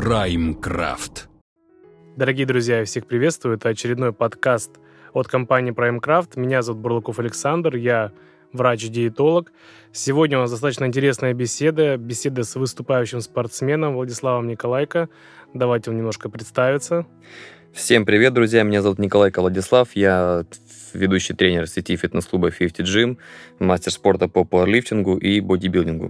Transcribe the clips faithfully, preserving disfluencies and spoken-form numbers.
Праймкрафт. Дорогие друзья, я всех приветствую. Это очередной подкаст от компании Праймкрафт. Меня зовут Бурлаков Александр, я врач-диетолог. Сегодня у нас достаточно интересная беседа. Беседа с выступающим спортсменом Владиславом Николайко. Давайте он немножко представится. Всем привет, друзья. Меня зовут Николайко Владислав. Я ведущий тренер сети фитнес-клуба пятьдесят Gym, мастер спорта по пауэрлифтингу и бодибилдингу.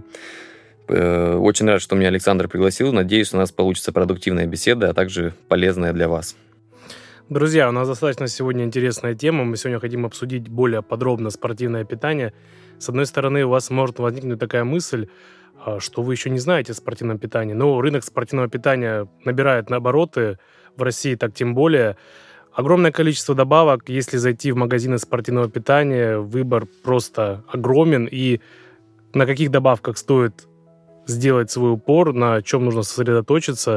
Очень рад, что меня Александр пригласил. Надеюсь, у нас получится продуктивная беседа, а также полезная для вас. Друзья, у нас достаточно сегодня интересная тема. Мы сегодня хотим обсудить более подробно спортивное питание. С одной стороны, у вас может возникнуть такая мысль, что вы еще не знаете о спортивном питании. Но рынок спортивного питания набирает обороты. В России так тем более. Огромное количество добавок. Если зайти в магазины спортивного питания, выбор просто огромен. И на каких добавках стоит сделать свой упор, на чем нужно сосредоточиться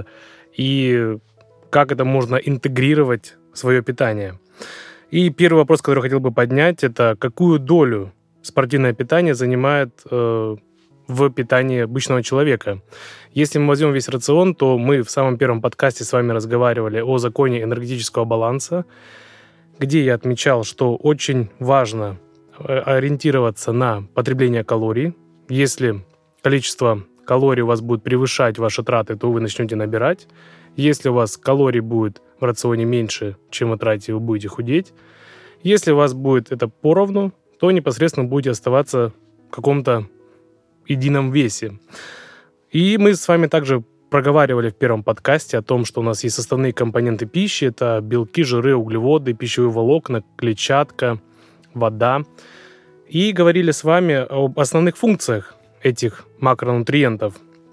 и как это можно интегрировать в свое питание. И первый вопрос, который я хотел бы поднять, это какую долю спортивное питание занимает э, в питании обычного человека. Если мы возьмем весь рацион, то мы в самом первом подкасте с вами разговаривали о законе энергетического баланса, где я отмечал, что очень важно ориентироваться на потребление калорий. Если количество калорий у вас будет превышать ваши траты, то вы начнете набирать. Если у вас калорий будет в рационе меньше, чем вы тратите, вы будете худеть. Если у вас будет это поровну, то непосредственно будете оставаться в каком-то едином весе. И мы с вами также проговаривали в первом подкасте о том, что у нас есть составные компоненты пищи. Это белки, жиры, углеводы, пищевые волокна, клетчатка, вода. И говорили с вами об основных функциях этих макронутриентов.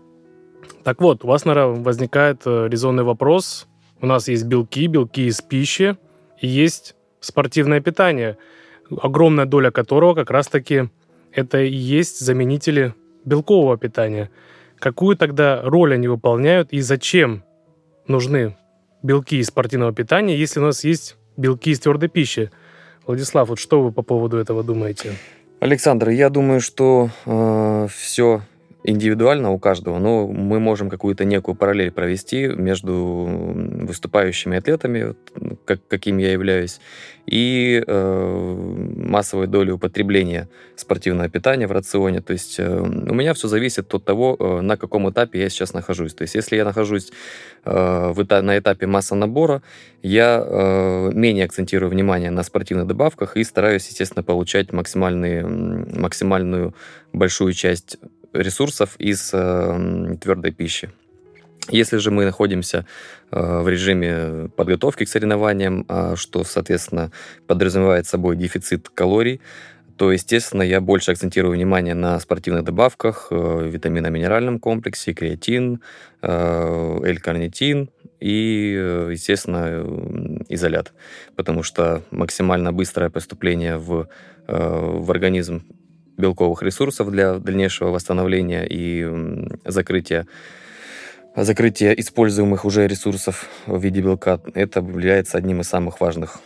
Так вот, у вас, наверное, возникает резонный вопрос. У нас есть белки, белки из пищи, и есть спортивное питание, огромная доля которого как раз-таки это и есть заменители белкового питания. Какую тогда роль они выполняют и зачем нужны белки из спортивного питания, если у нас есть белки из твердой пищи? Владислав, вот что вы по поводу этого думаете? Александр, я думаю, что э, все индивидуально у каждого, но мы можем какую-то некую параллель провести между выступающими атлетами, как, каким я являюсь, и э, массовой долей употребления спортивного питания в рационе. То есть э, у меня все зависит от того, э, на каком этапе я сейчас нахожусь. То есть если я нахожусь э, в этап, на этапе массонабора, я э, менее акцентирую внимание на спортивных добавках и стараюсь, естественно, получать максимальные, максимальную большую часть ресурсов из э, твердой пищи. Если же мы находимся э, в режиме подготовки к соревнованиям, э, что, соответственно, подразумевает собой дефицит калорий, то, естественно, я больше акцентирую внимание на спортивных добавках, э, витаминно-минеральном комплексе, креатин, э, L-карнитин и, э, естественно, изолят. Потому что максимально быстрое поступление в, э, в организм белковых ресурсов для дальнейшего восстановления и закрытия, закрытия используемых уже ресурсов в виде белка, это является одним из самых важных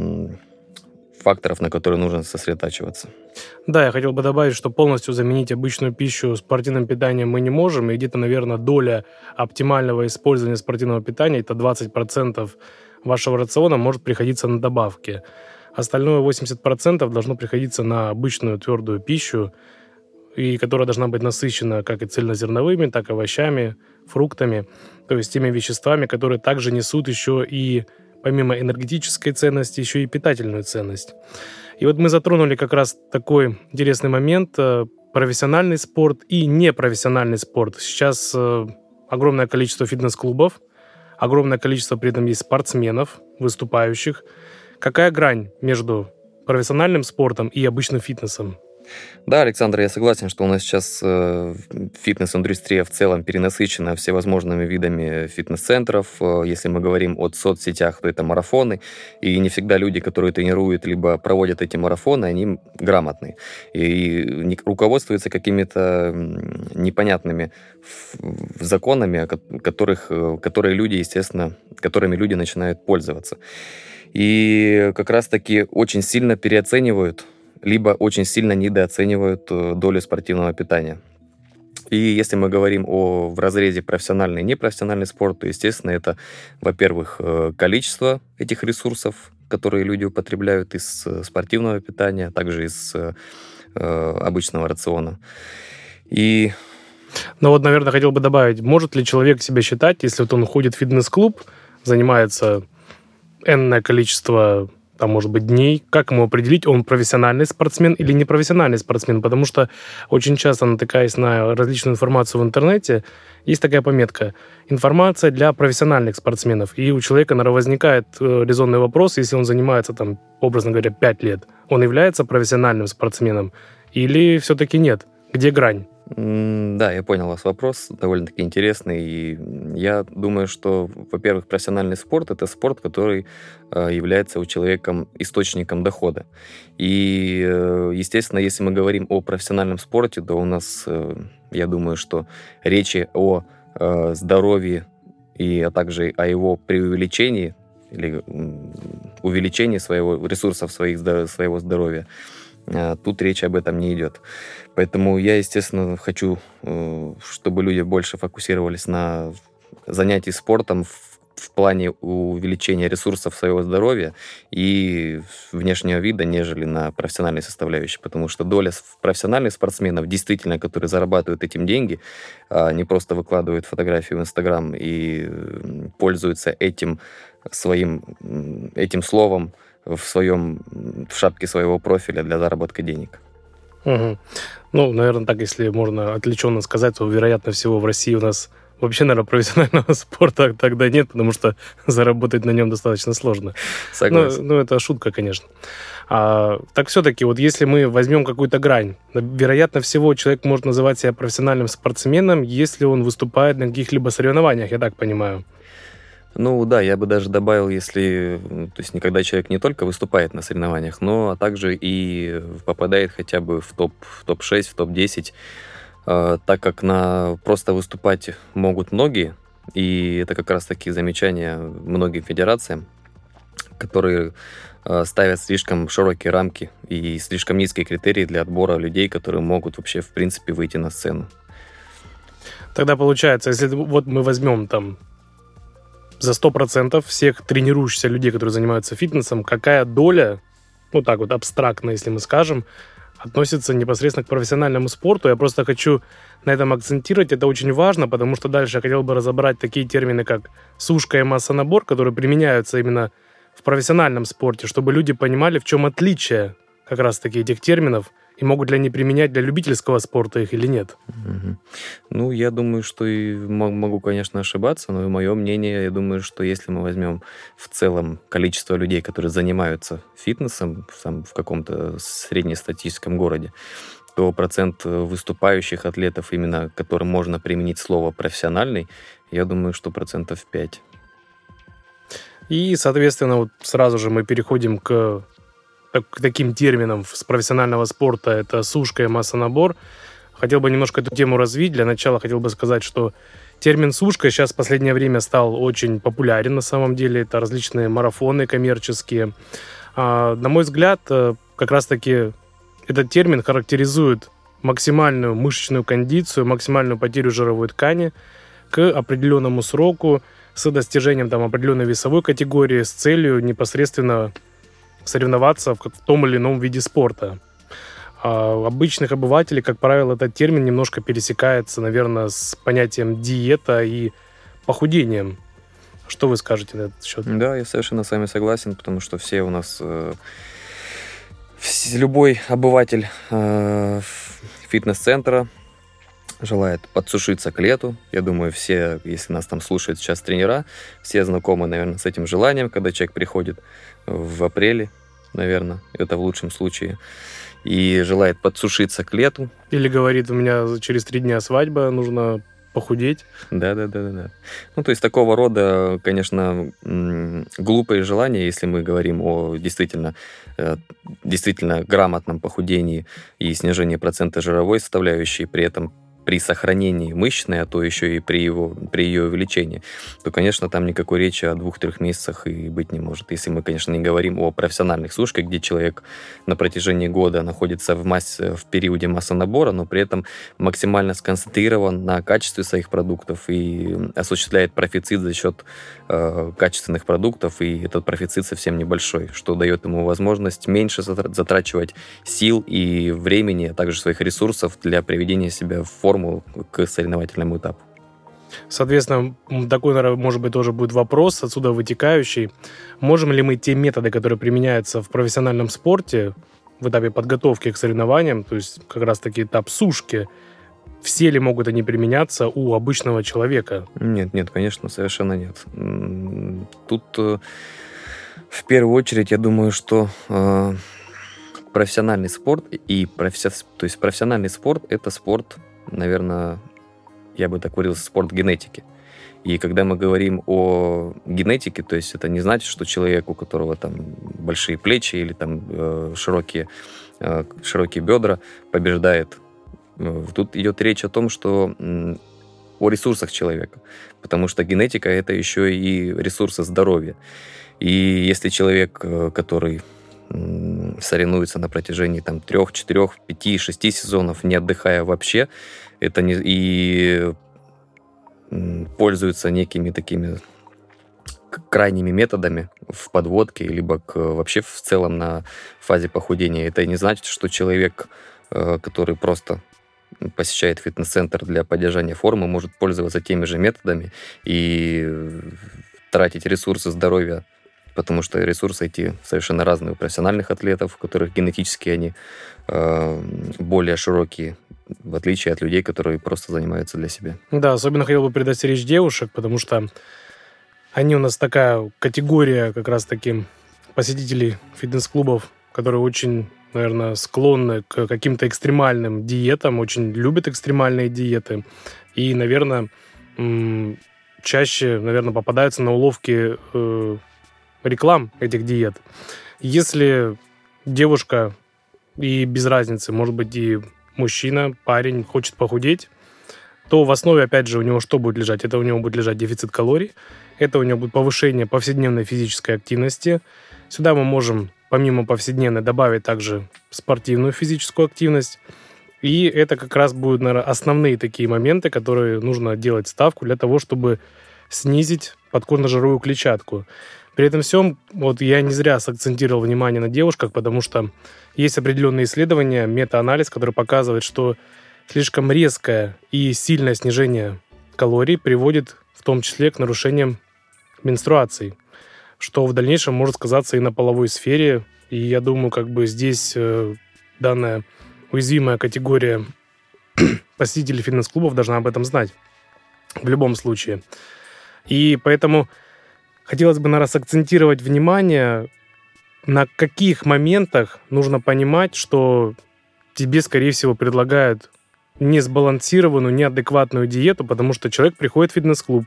факторов, на которые нужно сосредотачиваться. Да, я хотел бы добавить, что полностью заменить обычную пищу спортивным питанием мы не можем, и где-то, наверное, доля оптимального использования спортивного питания, это двадцать процентов вашего рациона, может приходиться на добавки. Остальное восемьдесят процентов должно приходиться на обычную твердую пищу, и которая должна быть насыщена как и цельнозерновыми, так и овощами, фруктами, то есть теми веществами, которые также несут еще и, помимо энергетической ценности, еще и питательную ценность. И вот мы затронули как раз такой интересный момент: профессиональный спорт и непрофессиональный спорт. Сейчас огромное количество фитнес-клубов, огромное количество при этом есть спортсменов, выступающих. Какая грань между профессиональным спортом и обычным фитнесом? Да, Александр, я согласен, что у нас сейчас э, фитнес-индустрия в целом перенасыщена всевозможными видами фитнес-центров. Э, если мы говорим о соцсетях, то это марафоны. И не всегда люди, которые тренируют, либо проводят эти марафоны, они грамотны. И не руководствуются какими-то непонятными законами, которых, которые люди, естественно, которыми люди начинают пользоваться. И как раз-таки очень сильно переоценивают, либо очень сильно недооценивают долю спортивного питания. И если мы говорим о в разрезе профессиональный и непрофессиональный спорт, то, естественно, это, во-первых, э, количество этих ресурсов, которые люди употребляют из э, спортивного питания, а также из э, э, обычного рациона. И Но вот, наверное, хотел бы добавить, может ли человек себя считать, если вот он ходит в фитнес-клуб, занимается энное количество, там, может быть, дней, как ему определить, он профессиональный спортсмен или непрофессиональный спортсмен? Потому что очень часто, натыкаясь на различную информацию в интернете, есть такая пометка «информация для профессиональных спортсменов». И у человека, наверное, возникает э, резонный вопрос, если он занимается, там, образно говоря, пять лет, он является профессиональным спортсменом или все-таки нет? Где грань? М, Да, я понял вас вопрос, довольно-таки интересный. И я думаю, что, во-первых, профессиональный спорт– это спорт, который э, является у человека источником дохода. И, э, естественно, если мы говорим о профессиональном спорте, то у нас, э, я думаю, что речи о э, здоровье и а также о его преувеличении или м, увеличении своего ресурсов своих, здо- своего здоровья, э, тут речь об этом не идет. Поэтому я, естественно, хочу, э, чтобы люди больше фокусировались на занятии спортом в, в плане увеличения ресурсов своего здоровья и внешнего вида, нежели на профессиональной составляющей. Потому что доля с- профессиональных спортсменов, действительно, которые зарабатывают этим деньги, а не просто выкладывают фотографии в Инстаграм и э, пользуются этим своим, м, этим словом в своем, м, в шапке своего профиля для заработка денег. Мгм. Ну, наверное, так, если можно отвлеченно сказать, то, вероятно всего, в России у нас вообще, наверное, профессионального спорта тогда нет, потому что заработать на нем достаточно сложно. Ну, Согласен. ну, это шутка, конечно. А, так все-таки, вот если мы возьмем какую-то грань, вероятно всего, человек может называть себя профессиональным спортсменом, если он выступает на каких-либо соревнованиях, я так понимаю. Ну да, я бы даже добавил, если, м, то есть никогда человек не только выступает на соревнованиях, но а также и попадает хотя бы в топ, в топ шесть, в топ десять, э, так как на просто выступать могут многие, и это как раз таки замечания многим федерациям, которые э, ставят слишком широкие рамки и слишком низкие критерии для отбора людей, которые могут вообще в принципе выйти на сцену. Тогда получается, если вот мы возьмем там за сто процентов всех тренирующихся людей, которые занимаются фитнесом, какая доля, ну так вот абстрактно, если мы скажем, относится непосредственно к профессиональному спорту? Я просто хочу на этом акцентировать, это очень важно, потому что дальше я хотел бы разобрать такие термины, как сушка и массонабор, которые применяются именно в профессиональном спорте, чтобы люди понимали, в чем отличие как раз-таки этих терминов, и могут ли они применять для любительского спорта их или нет. Мгм. Ну, я думаю, что и мо- могу, конечно, ошибаться, но и мое мнение, я думаю, что если мы возьмем в целом количество людей, которые занимаются фитнесом в, там, в каком-то среднестатистическом городе, то процент э, выступающих атлетов, именно которым можно применить слово профессиональный, я думаю, что процентов пять. И, соответственно, вот сразу же мы переходим к, так- к таким терминам с профессионального спорта. Это сушка и массонабор. Хотел бы немножко эту тему развить. Для начала хотел бы сказать, что термин сушка сейчас в последнее время стал очень популярен на самом деле. Это различные марафоны коммерческие. А, на мой взгляд, э, как раз-таки этот термин характеризует максимальную мышечную кондицию, максимальную потерю жировой ткани к определенному сроку с достижением там, определенной весовой категории с целью непосредственно соревноваться в, как- в том или ином виде спорта. А у обычных обывателей, как правило, этот термин немножко пересекается, наверное, с понятием диета и похудением. Что вы скажете на этот счет? Да, я совершенно с вами согласен, потому что все у нас, э, вс- любой обыватель э, ф- фитнес-центра желает подсушиться к лету. Я думаю, все, если нас там слушают сейчас тренера, все знакомы, наверное, с этим желанием, когда человек приходит в апреле, наверное, это в лучшем случае, и желает подсушиться к лету. Или говорит, у меня через три дня свадьба, нужно похудеть. Да, да, да, да, да. Ну, то есть такого рода, конечно, м, глупые желания, если мы говорим о действительно, э, действительно грамотном похудении и снижении процента жировой составляющей, при этом при сохранении мышечной, а то еще и при, его, при ее увеличении, то, конечно, там никакой речи о двух-трех месяцах и быть не может. Если мы, конечно, не говорим о профессиональных сушках, где человек на протяжении года находится в, массе, в периоде массонабора, но при этом максимально сконцентрирован на качестве своих продуктов и осуществляет профицит за счет э, качественных продуктов, и этот профицит совсем небольшой, что дает ему возможность меньше затрачивать сил и времени, а также своих ресурсов для приведения себя в форму к соревновательному этапу. Соответственно, такой, наверное, может быть, тоже будет вопрос отсюда вытекающий. Можем ли мы те методы, которые применяются в профессиональном спорте в этапе подготовки к соревнованиям, то есть как раз-таки этап сушки, все ли могут они применяться у обычного человека? Нет, нет, конечно, совершенно нет. Тут в первую очередь, я думаю, что э, профессиональный спорт и професси... то есть профессиональный спорт — это спорт, наверное, я бы так выразился, спорт генетики. И когда мы говорим о генетике, то есть это не значит, что человек, у которого там большие плечи или там э, широкие, э, широкие бедра, побеждает. Тут идет речь о том, что э, о ресурсах человека, потому что генетика — это еще и ресурсы здоровья. И если человек, э, который э, соревнуется на протяжении там трех, четырех, пяти, шести сезонов, не отдыхая вообще, это не и пользуются некими такими крайними методами в подводке, либо к, вообще в целом на фазе похудения. Это не значит, что человек, который просто посещает фитнес-центр для поддержания формы, может пользоваться теми же методами и тратить ресурсы здоровья, потому что ресурсы эти совершенно разные у профессиональных атлетов, у которых генетически они более широкие, в отличие от людей, которые просто занимаются для себя. Да, особенно хотел бы предостеречь девушек, потому что они у нас такая категория как раз-таки посетителей фитнес-клубов, которые очень, наверное, склонны к каким-то экстремальным диетам, очень любят экстремальные диеты. И, наверное, чаще, наверное, попадаются на уловки э, реклам этих диет. Если девушка, и без разницы, может быть, и мужчина, парень хочет похудеть, то в основе, опять же, у него что будет лежать? Это у него будет лежать дефицит калорий, это у него будет повышение повседневной физической активности. Сюда мы можем, помимо повседневной, добавить также спортивную физическую активность. И это как раз будут, наверное, основные такие моменты, которые нужно делать ставку для того, чтобы снизить подкожно-жировую клетчатку. При этом всем, вот я не зря сакцентировал внимание на девушках, потому что есть определенные исследования, мета-анализ, который показывает, что слишком резкое и сильное снижение калорий приводит в том числе к нарушениям менструаций, что в дальнейшем может сказаться и на половой сфере. И я думаю, как бы здесь э, данная уязвимая категория посетителей фитнес-клубов должна об этом знать в любом случае. И поэтому хотелось бы, наверное, сакцентировать внимание, на каких моментах нужно понимать, что тебе, скорее всего, предлагают несбалансированную, неадекватную диету, потому что человек приходит в фитнес-клуб,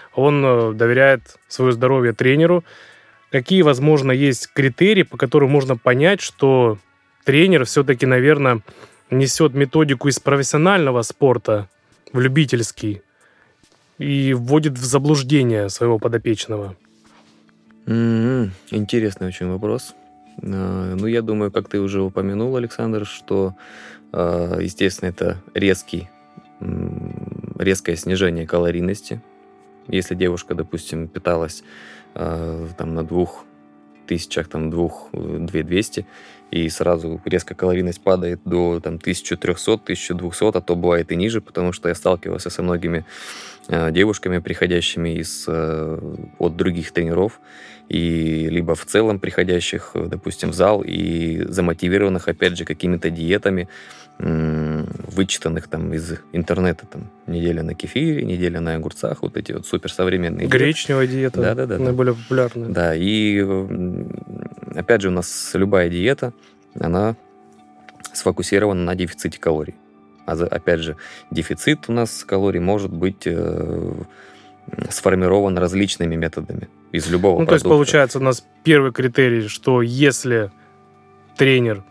он доверяет свое здоровье тренеру. Какие, возможно, есть критерии, по которым можно понять, что тренер все-таки, наверное, несет методику из профессионального спорта в любительский и вводит в заблуждение своего подопечного? Mm-hmm. Интересный очень вопрос. Uh, ну, я думаю, как ты уже упомянул, Александр, что, uh, естественно, это резкий, um, резкое снижение калорийности. Если девушка, допустим, питалась uh, там, на двух тысячах, там, двух, две двести, и сразу резко калорийность падает до там, тысяча триста - тысяча двести, а то бывает и ниже, потому что я сталкивался со многими э, девушками, приходящими из, э, от других тренеров, и либо в целом приходящих, допустим, в зал, и замотивированных, опять же, какими-то диетами, э, вычитанных там из интернета, там, неделя на кефире, неделя на огурцах, вот эти вот суперсовременные диеты. Гречневая диета, да, да, да, наиболее популярная. Да, и опять же, у нас любая диета, она сфокусирована на дефиците калорий. А за, опять же, дефицит у нас калорий может быть э, сформирован различными методами из любого ну, продукта. То есть, получается, у нас первый критерий, что если тренер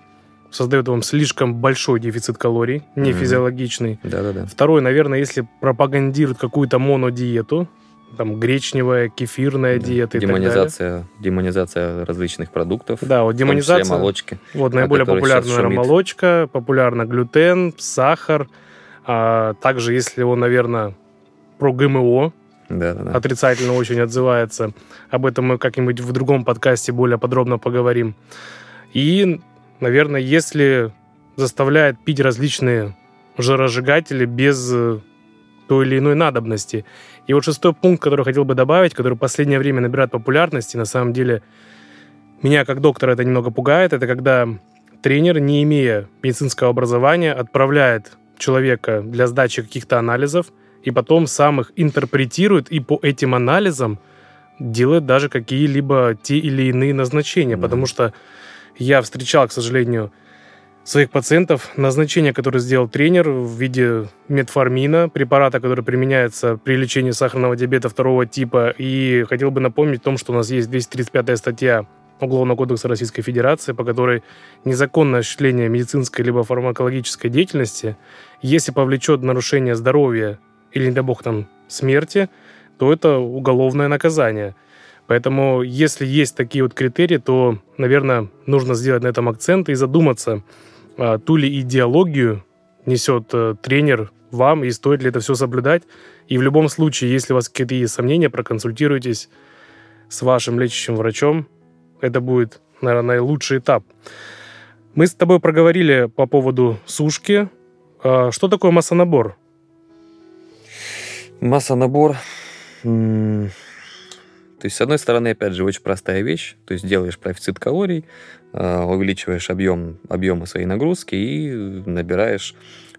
создает вам слишком большой дефицит калорий, не Мгм. физиологичный. Да-да-да. Второй, наверное, если пропагандирует какую-то монодиету, там гречневая, кефирная Да. диета и так далее. Демонизация, демонизация различных продуктов, Да, вот в том числе демонизация. молочки. Вот о наиболее которых популярна, щас наверное, шумит. молочка, популярна глютен, сахар. А также, если он, наверное, про ГМО Да-да-да. отрицательно очень отзывается. Об этом мы как-нибудь в другом подкасте более подробно поговорим. И, наверное, если заставляет пить различные жиросжигатели без э, той или иной надобности. И вот шестой пункт, который хотел бы добавить, который в последнее время набирает популярность, и на самом деле меня как доктора это немного пугает, это когда тренер, не имея медицинского образования, отправляет человека для сдачи каких-то анализов, и потом сам их интерпретирует, и по этим анализам делает даже какие-либо те или иные назначения. Да. Потому что я встречал, к сожалению, своих пациентов, назначение, которое сделал тренер в виде метформина, препарата, который применяется при лечении сахарного диабета второго типа. И хотел бы напомнить о том, что у нас есть двести тридцать пятая статья Уголовного кодекса Российской Федерации, по которой незаконное осуществление медицинской либо фармакологической деятельности, если повлечет нарушение здоровья или, не дай бог, там, смерти, то это уголовное наказание. Поэтому, если есть такие вот критерии, то, наверное, нужно сделать на этом акцент и задуматься, а, ту ли идеологию несет а, тренер вам, и стоит ли это все соблюдать. И в любом случае, если у вас какие-то есть сомнения, проконсультируйтесь с вашим лечащим врачом. Это будет, наверное, наилучший этап. Мы с тобой проговорили по поводу сушки. А, что такое массонабор? Масса-набор. м, То есть, с одной стороны, опять же, очень простая вещь. То есть, делаешь профицит калорий, э, увеличиваешь объем, объемы своей нагрузки и набираешь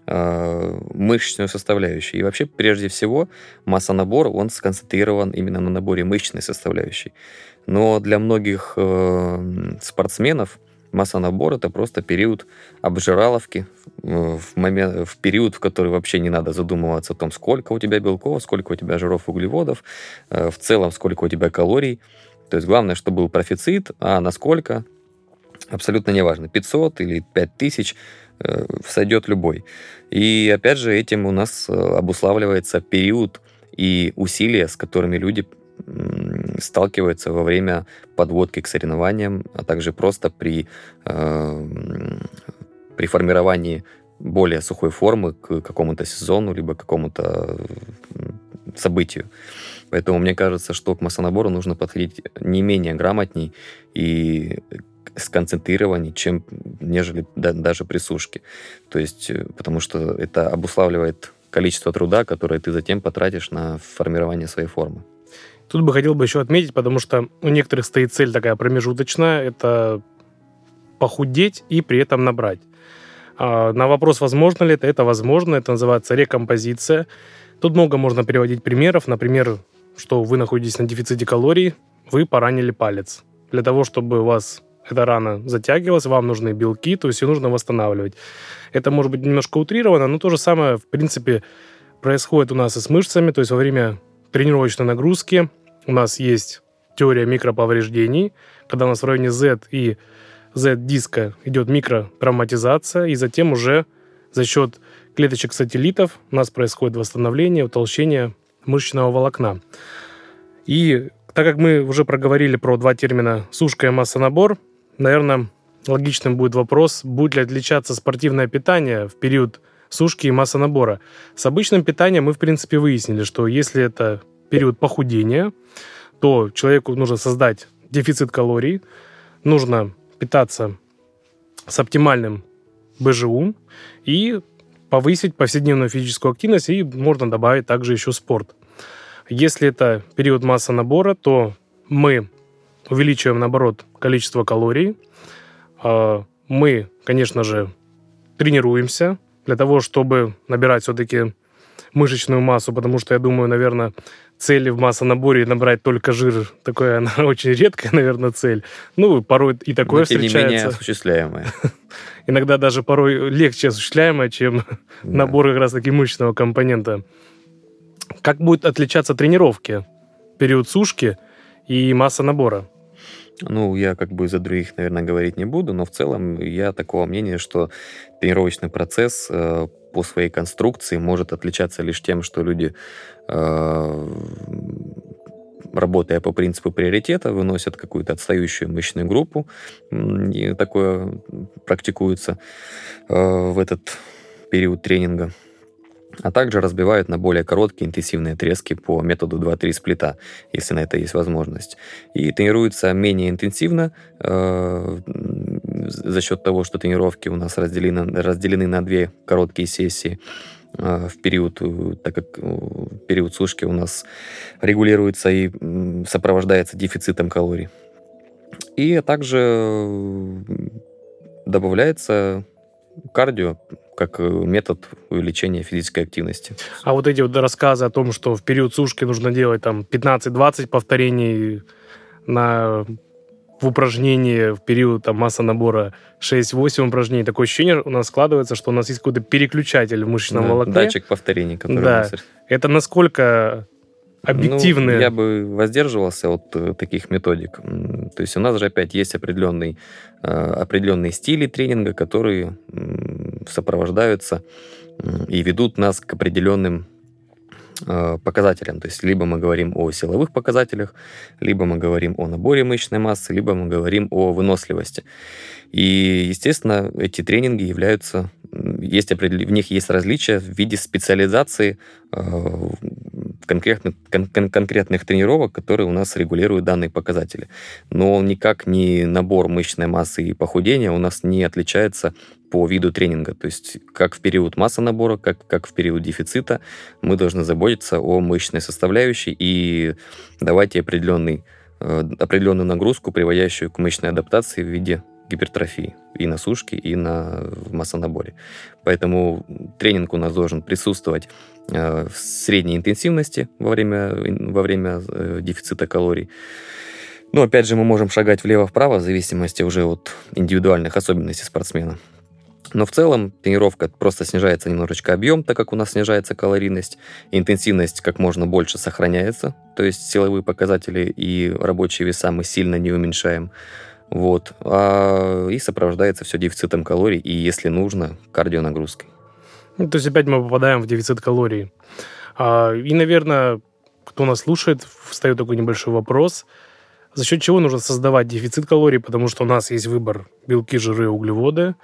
э, мышечную составляющую. И вообще, прежде всего, масса-набор, он сконцентрирован именно на наборе мышечной составляющей. Но для многих э, спортсменов масса-набор — это просто период обжираловки, э, в, момент, в период, в который вообще не надо задумываться о том, сколько у тебя белков, сколько у тебя жиров, углеводов, э, в целом, сколько у тебя калорий. То есть главное, чтобы был профицит, а насколько — абсолютно неважно. пятьсот или пять тысяч э, сойдет любой. И опять же, этим у нас э, обуславливается период и усилия, с которыми люди сталкиваются во время подводки к соревнованиям, а также просто при, э, при формировании более сухой формы к какому-то сезону, либо к какому-то событию. Поэтому мне кажется, что к массонабору нужно подходить не менее грамотней и сконцентрированней, чем нежели да, даже при сушке. То есть, потому что это обуславливает количество труда, которое ты затем потратишь на формирование своей формы. Тут бы хотел бы еще отметить, потому что у некоторых стоит цель такая промежуточная, это похудеть и при этом набрать. А на вопрос, возможно ли это, это возможно, это называется рекомпозиция. Тут много можно приводить примеров, например, что вы находитесь на дефиците калорий, вы поранили палец. Для того, чтобы у вас эта рана затягивалась, вам нужны белки, то есть ее нужно восстанавливать. Это может быть немножко утрировано, но то же самое, в принципе, происходит у нас и с мышцами, то есть во время тренировочной нагрузки у нас есть теория микроповреждений, когда у нас в районе Z и Z-диска идет микротравматизация, и затем уже за счет клеточек-сателлитов у нас происходит восстановление, утолщение мышечного волокна. И так как мы уже проговорили про два термина сушка и массонабор, наверное, логичным будет вопрос, будет ли отличаться спортивное питание в период сушки и массонабора. С обычным питанием мы, в принципе, выяснили, что если это период похудения, то человеку нужно создать дефицит калорий, нужно питаться с оптимальным бэ жэ у и повысить повседневную физическую активность, и можно добавить также еще спорт. Если это период массонабора, то мы увеличиваем, наоборот, количество калорий. Мы, конечно же, тренируемся для того, чтобы набирать все-таки мышечную массу, потому что, я думаю, наверное, цель в массонаборе набрать только жир, такая она очень редкая, наверное, цель. Ну, порой и такое Но, тем встречается. не менее, осуществляемое. Иногда даже порой легче осуществляемое, чем набор как раз-таки мышечного компонента. Как будут отличаться тренировки, период сушки и массонабора? Ну, я как бы за других, наверное, говорить не буду, но в целом я такого мнения, что тренировочный процесс э, по своей конструкции может отличаться лишь тем, что люди, э, работая по принципу приоритета, выносят какую-то отстающую мышечную группу, и такое практикуется э, в этот период тренинга. А также разбивают на более короткие интенсивные отрезки по методу два-три сплита, если на это есть возможность. И тренируются менее интенсивно э, за счет того, что тренировки у нас разделены, разделены на две короткие сессии э, в период, так как период сушки у нас регулируется и сопровождается дефицитом калорий. И также добавляется кардио как метод увеличения физической активности. А вот эти вот рассказы о том, что в период сушки нужно делать там пятнадцать-двадцать повторений на, в упражнении, в период там, масса набора шесть-восемь упражнений, такое ощущение у нас складывается, что у нас есть какой-то переключатель в мышечном да, волокне. Датчик повторений, который да. у нас... Это насколько объективные? Ну, я бы воздерживался от э, таких методик. То есть у нас же опять есть определенный, э, определенные стили тренинга, которые э, сопровождаются э, и ведут нас к определенным э, показателям. То есть либо мы говорим о силовых показателях, либо мы говорим о наборе мышечной массы, либо мы говорим о выносливости. И, естественно, эти тренинги являются... Есть определ... В них есть различия в виде специализации э, конкретных, кон- конкретных тренировок, которые у нас регулируют данные показатели. Но никак не набор мышечной массы и похудения у нас не отличается по виду тренинга. То есть как в период массы набора, как, как в период дефицита мы должны заботиться о мышечной составляющей и давать ей определенный, э, определенную нагрузку, приводящую к мышечной адаптации в виде гипертрофии и на сушке, и на массонаборе. Поэтому тренинг у нас должен присутствовать э, в средней интенсивности во время, во время э, дефицита калорий. Но опять же мы можем шагать влево-вправо в зависимости уже от индивидуальных особенностей спортсмена. Но в целом тренировка просто снижается немножечко объем, так как у нас снижается калорийность. Интенсивность как можно больше сохраняется, то есть силовые показатели и рабочие веса мы сильно не уменьшаем. Вот. А, и сопровождается все дефицитом калорий и, если нужно, кардионагрузкой. Ну, то есть опять мы попадаем в дефицит калорий. А, и, наверное, кто нас слушает, встает такой небольшой вопрос. За счет чего нужно создавать дефицит калорий? Потому что у нас есть выбор белки, жиры, углеводы.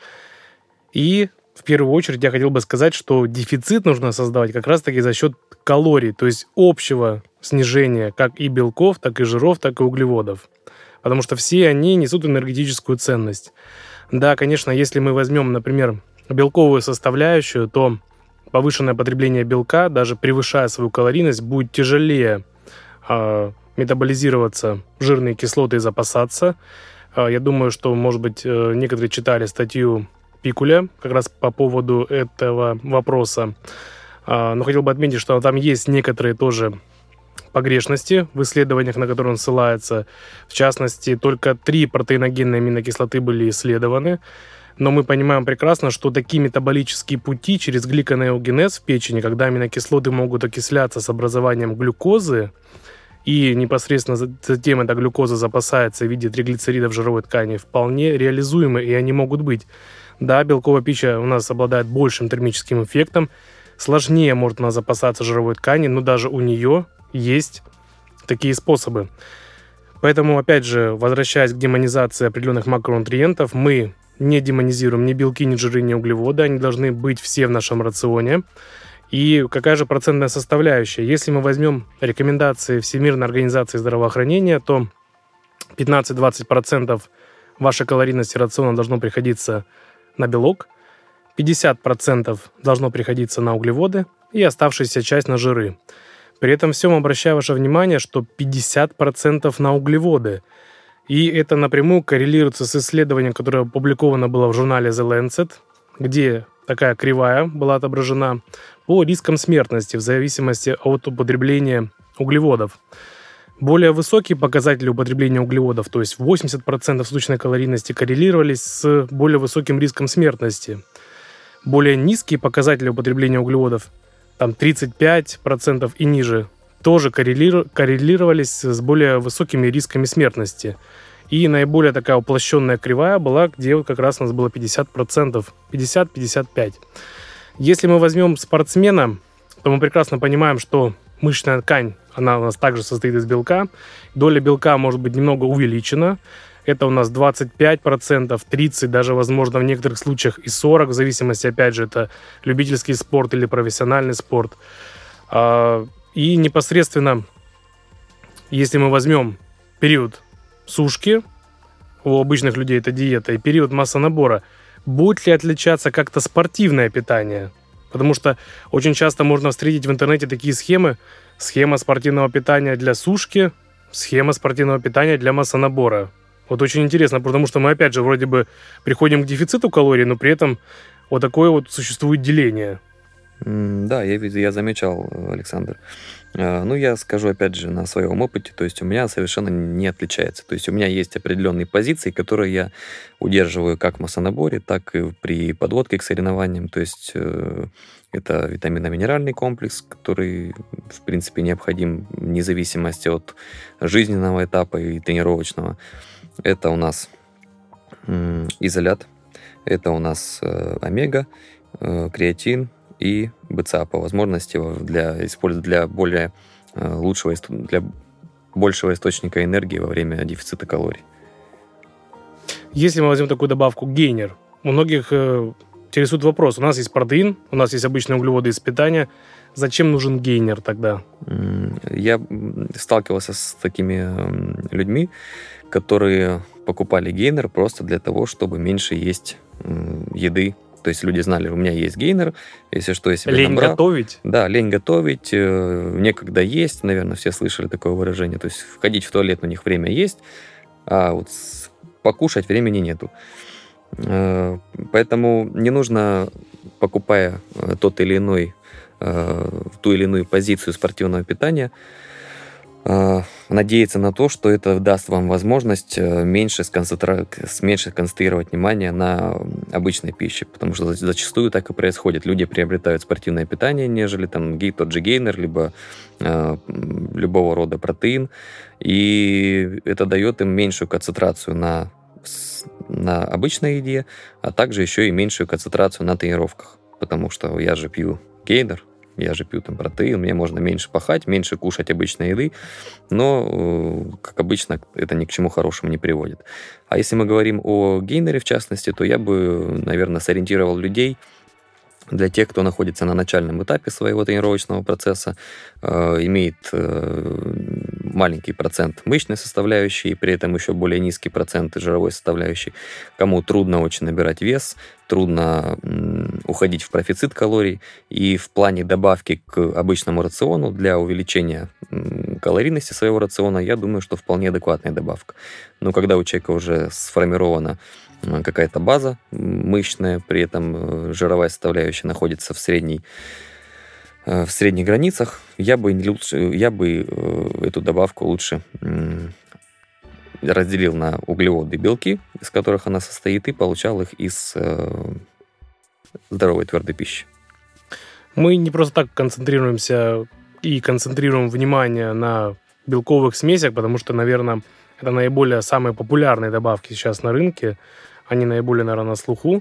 И в первую очередь я хотел бы сказать, что дефицит нужно создавать как раз-таки за счет калорий, то есть общего снижения как и белков, так и жиров, так и углеводов. Потому что все они несут энергетическую ценность. Да, конечно, если мы возьмем, например, белковую составляющую, то повышенное потребление белка, даже превышая свою калорийность, будет тяжелее э, метаболизироваться жирные кислоты и запасаться. Э, я думаю, что, может быть, э, некоторые читали статью Пикуля как раз по поводу этого вопроса. Э, но хотел бы отметить, что там есть некоторые тоже погрешности в исследованиях, на которые он ссылается. В частности, только три протеиногенные аминокислоты были исследованы. Но мы понимаем прекрасно, что такие метаболические пути через гликонеогенез в печени, когда аминокислоты могут окисляться с образованием глюкозы, и непосредственно затем эта глюкоза запасается в виде триглицеридов жировой ткани, вполне реализуемы, и они могут быть. Да, белковая пища у нас обладает большим термическим эффектом, сложнее может она запасаться жировой тканью, но даже у нее есть такие способы. Поэтому, опять же, возвращаясь к демонизации определенных макронутриентов, мы не демонизируем ни белки, ни жиры, ни углеводы. Они должны быть все в нашем рационе. И какая же процентная составляющая? Если мы возьмем рекомендации Всемирной организации здравоохранения, то пятнадцать-двадцать процентов вашей калорийности рациона должно приходиться на белок, пятьдесят процентов должно приходиться на углеводы и оставшаяся часть на жиры. При этом всем обращаю ваше внимание, что пятьдесят процентов на углеводы. И это напрямую коррелируется с исследованием, которое опубликовано было в журнале The Lancet, где такая кривая была отображена по рискам смертности в зависимости от употребления углеводов. Более высокие показатели употребления углеводов, то есть восемьдесят процентов суточной калорийности, коррелировались с более высоким риском смертности. Более низкие показатели употребления углеводов, там тридцать пять процентов и ниже, тоже коррелиру- коррелировались с более высокими рисками смертности. И наиболее такая уплощенная кривая была, где вот как раз у нас было пятьдесят процентов, пятьдесят - пятьдесят пять процентов. Если мы возьмем спортсмена, то мы прекрасно понимаем, что мышечная ткань, она у нас также состоит из белка. Доля белка может быть немного увеличена. Это у нас двадцать пять процентов, тридцать процентов, даже, возможно, в некоторых случаях и сорок процентов, в зависимости, опять же, это любительский спорт или профессиональный спорт. И непосредственно, если мы возьмем период сушки, у обычных людей это диета, и период массонабора, будет ли отличаться как-то спортивное питание? Потому что очень часто можно встретить в интернете такие схемы. Схема спортивного питания для сушки, схема спортивного питания для массонабора. Вот очень интересно, потому что мы, опять же, вроде бы приходим к дефициту калорий, но при этом вот такое вот существует деление. Да, я, я замечал, Александр. Ну, я скажу, опять же, на своем опыте, то есть у меня совершенно не отличается. То есть у меня есть определенные позиции, которые я удерживаю как в массонаборе, так и при подводке к соревнованиям. То есть это витаминно-минеральный комплекс, который, в принципе, необходим вне зависимости от жизненного этапа и тренировочного. Это у нас изолят, это у нас омега, креатин и БЦА по возможности для использовать для более лучшего, для большего источника энергии во время дефицита калорий. Если мы возьмем такую добавку гейнер, у многих э, интересует вопрос. У нас есть протеин, у нас есть обычные углеводы из питания. Зачем нужен гейнер тогда? Я сталкивался с такими людьми, которые покупали гейнер просто для того, чтобы меньше есть еды. То есть люди знали, у меня есть гейнер, если что, я себе лень набрал. готовить? Да, лень готовить, некогда есть, наверное, все слышали такое выражение. То есть входить в туалет у них время есть, а вот покушать времени нету. Поэтому не нужно, покупая тот или иной, ту или иную позицию спортивного питания, надеяться на то, что это даст вам возможность меньше, сконцентра... меньше концентрировать внимание на обычной пище, потому что зачастую так и происходит. Люди приобретают спортивное питание, нежели там тот же гейнер, либо э, любого рода протеин, и это дает им меньшую концентрацию на, на обычной еде, а также еще и меньшую концентрацию на тренировках, потому что я же пью гейнер, я же пью там протеин, мне можно меньше пахать, меньше кушать обычной еды, но, как обычно, это ни к чему хорошему не приводит. А если мы говорим о гейнере, в частности, то я бы, наверное, сориентировал людей для тех, кто находится на начальном этапе своего тренировочного процесса, э, имеет э, маленький процент мышечной составляющей, и при этом еще более низкий процент жировой составляющей, кому трудно очень набирать вес, трудно м, уходить в профицит калорий, и в плане добавки к обычному рациону для увеличения м, калорийности своего рациона, я думаю, что вполне адекватная добавка. Но когда у человека уже сформирована какая-то база мышечная, при этом жировая составляющая находится в средней, в средних границах, я бы, лучше, я бы эту добавку лучше разделил на углеводы и белки, из которых она состоит, и получал их из здоровой твердой пищи. Мы не просто так концентрируемся и концентрируем внимание на белковых смесях, потому что, наверное, это наиболее самые популярные добавки сейчас на рынке. Они наиболее, наверное, на слуху.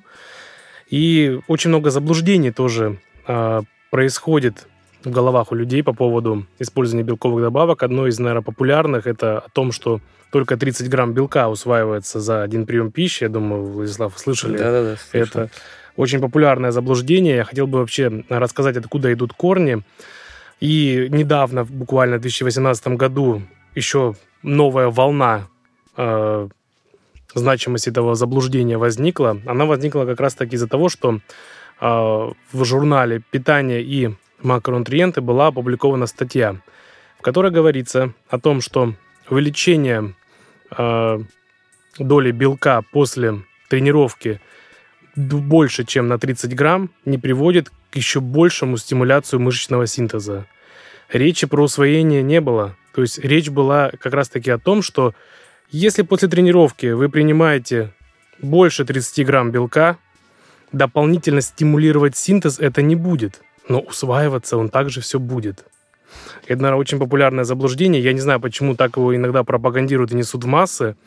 И очень много заблуждений тоже э, происходит в головах у людей по поводу использования белковых добавок. Одно из, наверное, популярных – это о том, что только тридцать грамм белка усваивается за один прием пищи. Я думаю, Владислав, слышали? Да-да-да, это очень популярное заблуждение. Я хотел бы вообще рассказать, откуда идут корни. И недавно, буквально в две тысячи восемнадцатом году, еще новая волна э, значимости этого заблуждения возникла. Она возникла как раз-таки из-за того, что э, в журнале «Питание и макронутриенты» была опубликована статья, в которой говорится о том, что увеличение э, доли белка после тренировки больше, чем на тридцать грамм, не приводит к еще большему стимуляцию мышечного синтеза. Речи про усвоение не было. То есть речь была как раз-таки о том, что если после тренировки вы принимаете больше тридцать грамм белка, дополнительно стимулировать синтез это не будет, но усваиваться он также все будет. Это, наверное, очень популярное заблуждение. Я не знаю, почему так его иногда пропагандируют и несут в массы.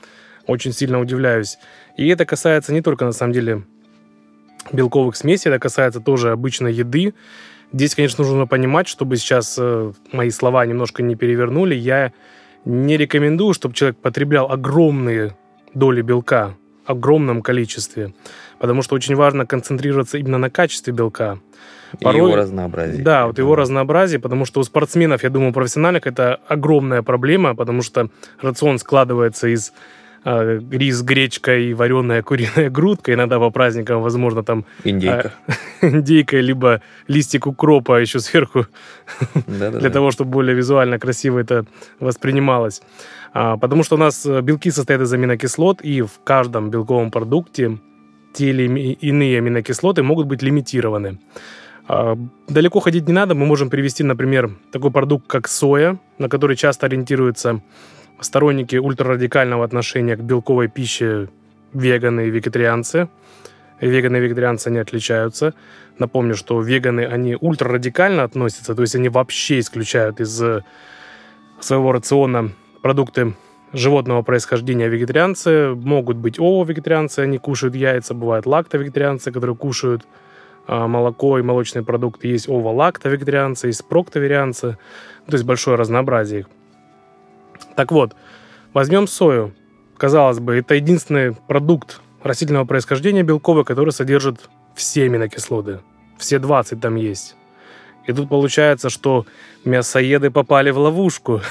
очень сильно удивляюсь. И это касается не только, на самом деле, белковых смесей, это касается тоже обычной еды. Здесь, конечно, нужно понимать, чтобы сейчас э, мои слова немножко не перевернули, я не рекомендую, чтобы человек потреблял огромные доли белка, в огромном количестве, потому что очень важно концентрироваться именно на качестве белка. Порой, и его разнообразие. Да, вот его разнообразие, потому что у спортсменов, я думаю, профессиональных, это огромная проблема, потому что рацион складывается из э, рис, гречка и вареная куриная грудка, иногда по праздникам, возможно, там... Индейка. Э, индейка, либо листик укропа еще сверху, для того, чтобы более визуально красиво это воспринималось. А, потому что у нас белки состоят из аминокислот, и в каждом белковом продукте те или иные аминокислоты могут быть лимитированы. Далеко ходить не надо, мы можем привести, например, такой продукт, как соя, на который часто ориентируются сторонники ультрарадикального отношения к белковой пище веганы и вегетарианцы. Веганы и вегетарианцы не отличаются. Напомню, что веганы, они ультрарадикально относятся, то есть они вообще исключают из своего рациона продукты животного происхождения. Вегетарианцы могут быть ово-вегетарианцы, они кушают яйца, бывают лакто-вегетарианцы, которые кушают молоко и молочные продукты, есть ово-лакто-вегетарианцы, есть проктовегетарианцы, то есть большое разнообразие их. Так вот, возьмем сою. Казалось бы, это единственный продукт растительного происхождения белковый, который содержит все аминокислоты. Все двадцать там есть. И тут получается, что мясоеды попали в ловушку.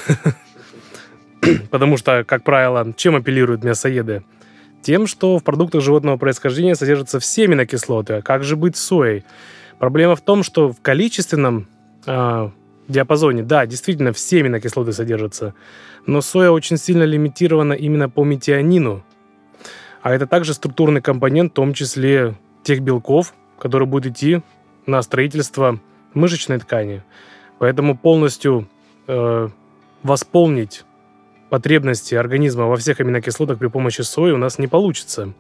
Потому что, как правило, чем апеллируют мясоеды? Тем, что в продуктах животного происхождения содержатся все аминокислоты. А как же быть с соей? Проблема в том, что в количественном э, диапазоне, да, действительно, все аминокислоты содержатся, но соя очень сильно лимитирована именно по метионину. А это также структурный компонент, в том числе тех белков, которые будут идти на строительство мышечной ткани. Поэтому полностью э, восполнить потребности организма во всех аминокислотах при помощи сои у нас не получится.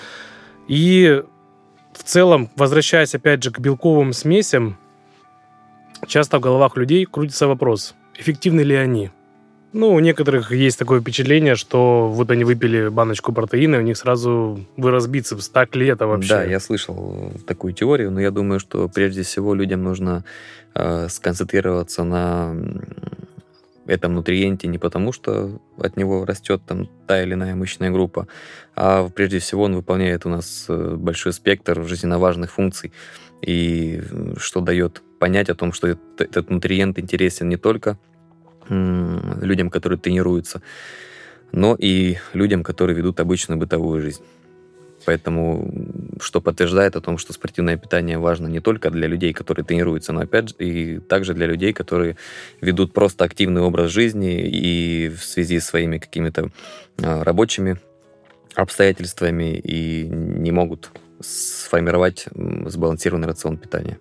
И в целом, возвращаясь опять же к белковым смесям, часто в головах людей крутится вопрос, эффективны ли они. Ну, у некоторых есть такое впечатление, что вот они выпили баночку протеина, и у них сразу вырос бицепс. Так ли это вообще? Да, я слышал такую теорию, но я думаю, что прежде всего людям нужно э, сконцентрироваться на этом нутриенте не потому, что от него растет там та или иная мышечная группа, а прежде всего он выполняет у нас большой спектр жизненно важных функций, и что дает понять о том, что этот, этот нутриент интересен не только м- людям, которые тренируются, но и людям, которые ведут обычную бытовую жизнь. Поэтому, что подтверждает о том, что спортивное питание важно не только для людей, которые тренируются, но опять же и также для людей, которые ведут просто активный образ жизни и в связи с своими какими-то рабочими обстоятельствами и не могут сформировать сбалансированный рацион питания.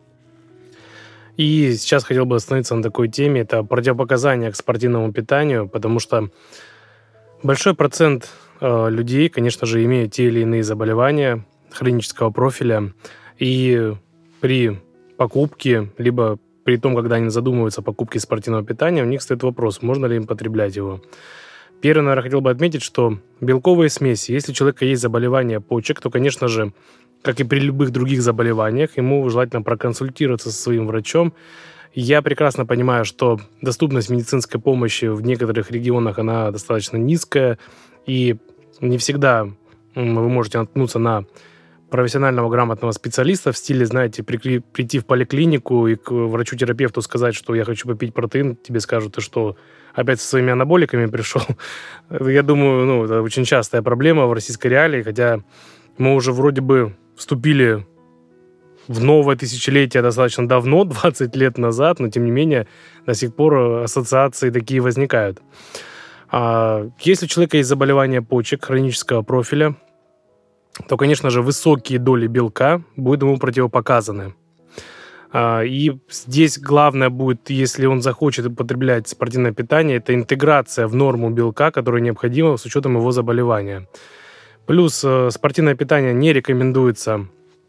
И сейчас хотел бы остановиться на такой теме. Это противопоказания к спортивному питанию, потому что большой процент людей, конечно же, имеют те или иные заболевания хронического профиля, и при покупке, либо при том, когда они задумываются о покупке спортивного питания, у них стоит вопрос, можно ли им потреблять его. Первое, наверное, хотел бы отметить, что белковые смеси, если у человека есть заболевание почек, то, конечно же, как и при любых других заболеваниях, ему желательно проконсультироваться со своим врачом. Я прекрасно понимаю, что доступность медицинской помощи в некоторых регионах, она достаточно низкая, и не всегда вы можете наткнуться на профессионального грамотного специалиста в стиле, знаете, при, прийти в поликлинику и к врачу-терапевту сказать, что я хочу попить протеин, тебе скажут, ты что, опять со своими анаболиками пришел? Я думаю, ну, это очень частая проблема в российской реалии, хотя мы уже вроде бы вступили в новое тысячелетие достаточно давно, двадцать лет назад, но, тем не менее, до сих пор ассоциации такие возникают. Если у человека есть заболевание почек хронического профиля, то, конечно же, высокие доли белка будут ему противопоказаны. И здесь главное будет, если он захочет употреблять спортивное питание, это интеграция в норму белка, которая необходима с учетом его заболевания. Плюс спортивное питание не рекомендуется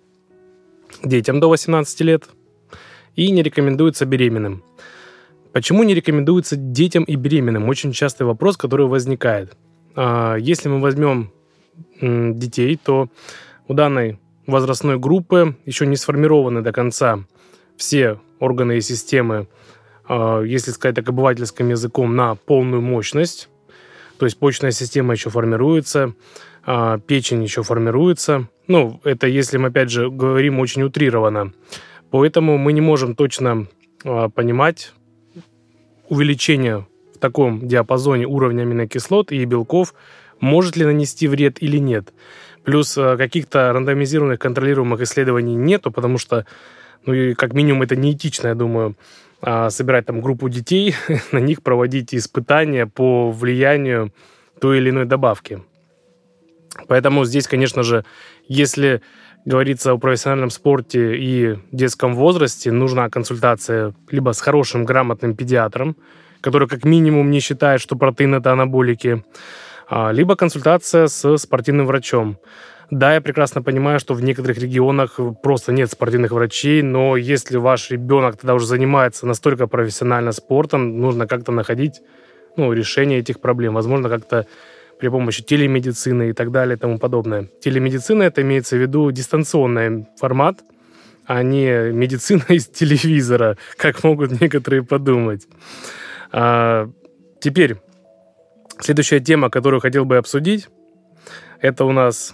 детям до восемнадцати лет и не рекомендуется беременным. Почему не рекомендуется детям и беременным? Очень частый вопрос, который возникает. Если мы возьмем м, детей, то у данной возрастной группы еще не сформированы до конца все органы и системы, э, если сказать так обывательским языком, на полную мощность. То есть почечная система еще формируется, э, печень еще формируется. Ну, это если мы, опять же, говорим очень утрированно. Поэтому мы не можем точно э, понимать увеличение в таком диапазоне уровня аминокислот и белков, может ли нанести вред или нет. Плюс э, каких-то рандомизированных контролируемых исследований нету, потому что, ну, и как минимум, это неэтично, я думаю, э, собирать там группу детей, на них проводить испытания по влиянию той или иной добавки. Поэтому здесь, конечно же, если говорится о профессиональном спорте и детском возрасте, нужна консультация либо с хорошим, грамотным педиатром, который как минимум не считает, что протеин – это анаболики, либо консультация с спортивным врачом. Да, я прекрасно понимаю, что в некоторых регионах просто нет спортивных врачей, но если ваш ребенок тогда уже занимается настолько профессионально спортом, нужно как-то находить, ну, решение этих проблем. Возможно, как-то при помощи телемедицины и так далее и тому подобное. Телемедицина – это имеется в виду дистанционный формат, а не медицина из телевизора, как могут некоторые подумать. А, теперь, следующая тема, которую хотел бы обсудить, это у нас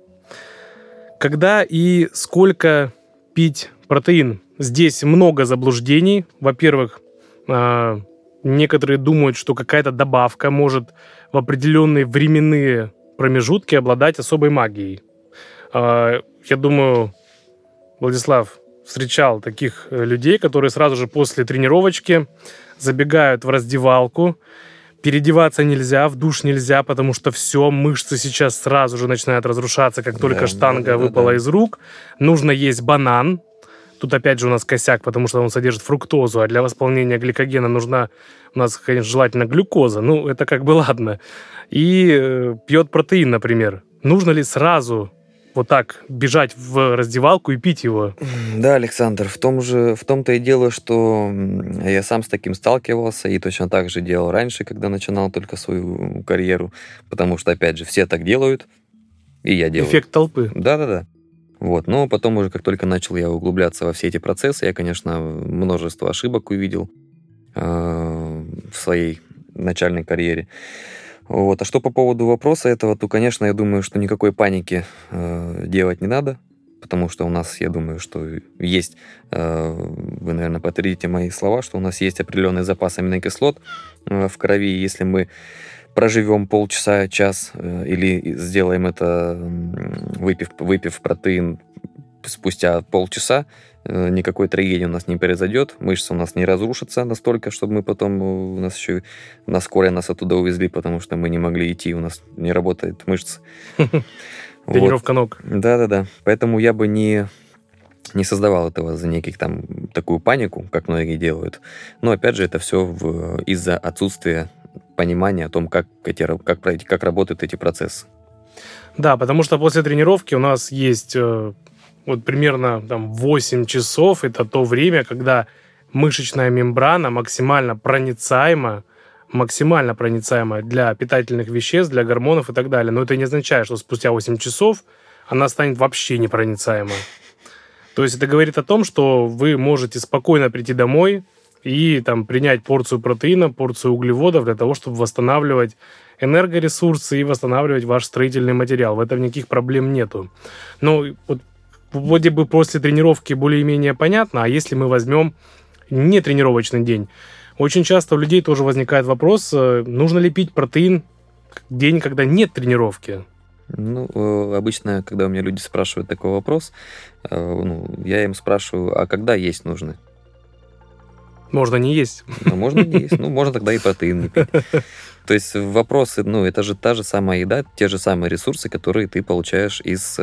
когда и сколько пить протеин. Здесь много заблуждений. Во-первых, а, некоторые думают, что какая-то добавка может в определенные временные промежутки обладать особой магией. А, я думаю, Владислав встречал таких людей, которые сразу же после тренировочки забегают в раздевалку. Переодеваться нельзя, в душ нельзя, потому что все, мышцы сейчас сразу же начинают разрушаться, как только да, штанга да, да, выпала да. из рук. Нужно есть банан. Тут опять же у нас косяк, потому что он содержит фруктозу, а для восполнения гликогена нужна у нас, конечно, желательно глюкоза. Ну, это как бы ладно. И э, пьет протеин, например. Нужно ли сразу вот так бежать в раздевалку и пить его? Да, Александр, в том же, в том-то и дело, что я сам с таким сталкивался и точно так же делал раньше, когда начинал только свою карьеру, потому что, опять же, все так делают, и я делаю. Эффект толпы. Да-да-да. Вот. Но потом уже, как только начал я углубляться во все эти процессы, я, конечно, множество ошибок увидел э, в своей начальной карьере. Вот. А что по поводу вопроса этого, то, конечно, я думаю, что никакой паники э, делать не надо, потому что у нас, я думаю, что есть, э, вы, наверное, повторите мои слова, что у нас есть определенный запас аминокислот э, в крови, и если мы проживем полчаса, час э, или сделаем это, выпив, выпив протеин спустя полчаса, э, никакой трагедии у нас не произойдет, мышцы у нас не разрушатся настолько, чтобы мы потом, у нас еще на скорой нас оттуда увезли, потому что мы не могли идти, у нас не работает мышцы. Тренировка ног. Да-да-да. Поэтому я бы не, не создавал этого за неких там такую панику, как многие делают. Но опять же, это все в, из-за отсутствия понимания о том, как, эти, как, как работают эти процессы. Да, потому что после тренировки у нас есть э, вот примерно там, восемь часов. Это то время, когда мышечная мембрана максимально проницаема, максимально проницаема для питательных веществ, для гормонов и так далее. Но это не означает, что спустя восемь часов она станет вообще непроницаема. То есть это говорит о том, что вы можете спокойно прийти домой и там, принять порцию протеина, порцию углеводов для того, чтобы восстанавливать энергоресурсы и восстанавливать ваш строительный материал. В этом никаких проблем нету. Но вот вроде бы после тренировки более-менее понятно, а если мы возьмем не тренировочный день, очень часто у людей тоже возникает вопрос, нужно ли пить протеин в день, когда нет тренировки? Ну, обычно, когда у меня люди спрашивают такой вопрос, ну, я им спрашиваю, а когда есть нужно? Можно не есть. Ну, можно не есть. Ну, можно тогда и протеин не пить. То есть вопросы, ну, это же та же самая еда, те же самые ресурсы, которые ты получаешь из,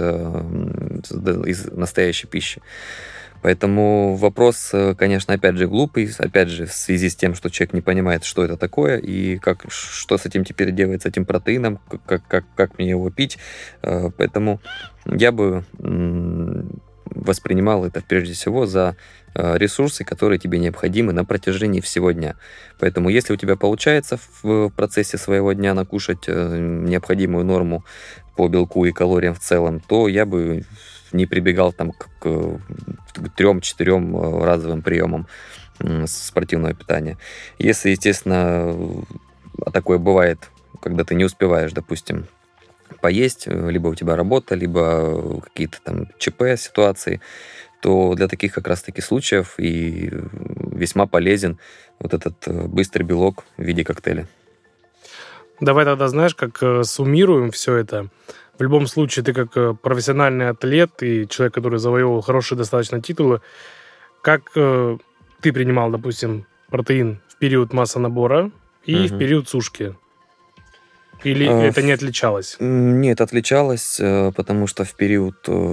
из настоящей пищи. Поэтому вопрос, конечно, опять же, глупый, опять же, в связи с тем, что человек не понимает, что это такое, и как, что с этим теперь делать, с этим протеином, как, как, как мне его пить. Поэтому я бы воспринимал это прежде всего за ресурсы, которые тебе необходимы на протяжении всего дня. Поэтому если у тебя получается в процессе своего дня накушать необходимую норму по белку и калориям в целом, то я бы не прибегал там к, к трем-четырем разовым приемам спортивного питания. Если, естественно, такое бывает, когда ты не успеваешь, допустим, поесть, либо у тебя работа, либо какие-то там ЧП ситуации, то для таких как раз-таки случаев и весьма полезен вот этот быстрый белок в виде коктейля. Давай тогда, знаешь, как суммируем все это. В любом случае, ты как профессиональный атлет и человек, который завоевывал хорошие достаточно титулы, как э, ты принимал, допустим, протеин в период массонабора и угу. в период сушки? Или а, это не отличалось? Нет, отличалось, потому что в период,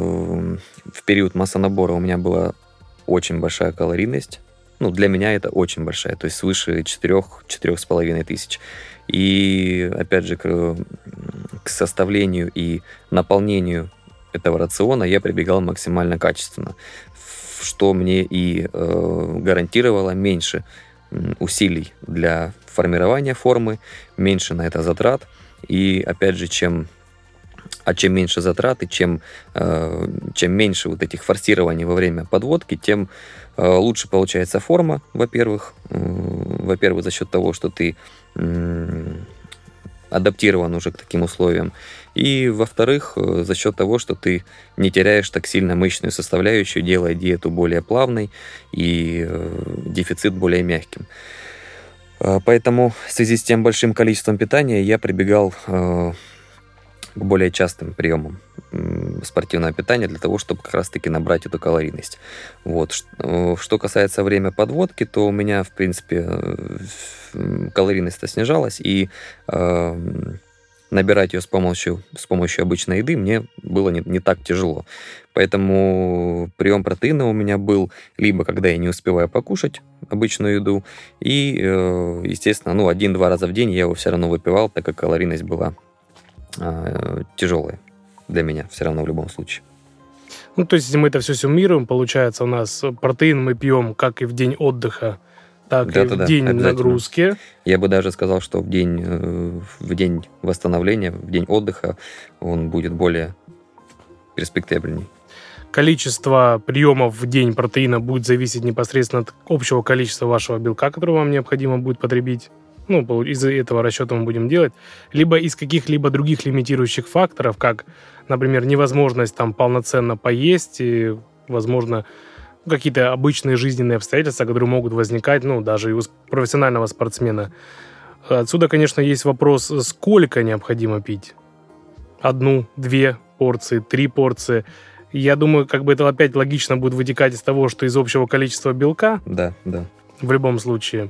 в период массонабора у меня была очень большая калорийность. Ну, для меня это очень большая, то есть свыше четыре-четыре с половиной тысяч. И, опять же, к, к составлению и наполнению этого рациона я прибегал максимально качественно, что мне и э, гарантировало меньше усилий для формирования формы, меньше на это затрат. И, опять же, чем, а чем меньше затрат и чем, э, чем меньше вот этих форсирований во время подводки, тем э, лучше получается форма, во-первых. Э, во-первых, за счет того, что ты э, адаптирован уже к таким условиям. И, во-вторых, э, за счет того, что ты не теряешь так сильно мышечную составляющую, делая диету более плавной и э, дефицит более мягким. Поэтому в связи с тем большим количеством питания я прибегал э, к более частым приемам э, спортивного питания для того, чтобы как раз-таки набрать эту калорийность. Вот. Что касается времени подводки, то у меня, в принципе, э, калорийность-то снижалась, и э, набирать ее с помощью, с помощью обычной еды мне было не, не так тяжело. Поэтому прием протеина у меня был либо когда я не успеваю покушать обычную еду, и, естественно, ну, один-два раза в день я его все равно выпивал, так как калорийность была э, тяжелая для меня все равно в любом случае. Ну, то есть, если мы это все суммируем, получается, у нас протеин мы пьем как и в день отдыха, так да, и да, в день нагрузки. Я бы даже сказал, что в день, в день восстановления, в день отдыха он будет более перспективней. Количество приемов в день протеина будет зависеть непосредственно от общего количества вашего белка, который вам необходимо будет потребить. Ну, из-за этого расчета мы будем делать. Либо из каких-либо других лимитирующих факторов, как, например, невозможность там полноценно поесть, и, возможно, какие-то обычные жизненные обстоятельства, которые могут возникать, ну, даже и у профессионального спортсмена. Отсюда, конечно, есть вопрос, сколько необходимо пить. Одну, две порции, три порции. Я думаю, как бы это опять логично будет вытекать из того, что из общего количества белка. Да, да. В любом случае.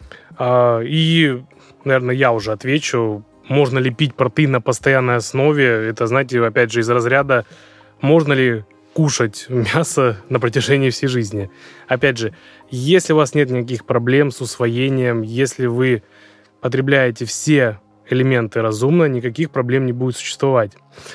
И, наверное, я уже отвечу, можно ли пить протеин на постоянной основе. Это, знаете, опять же, из разряда, можно ли кушать мясо на протяжении всей жизни. Опять же, если у вас нет никаких проблем с усвоением, если вы потребляете все элементы разумно, никаких проблем не будет существовать.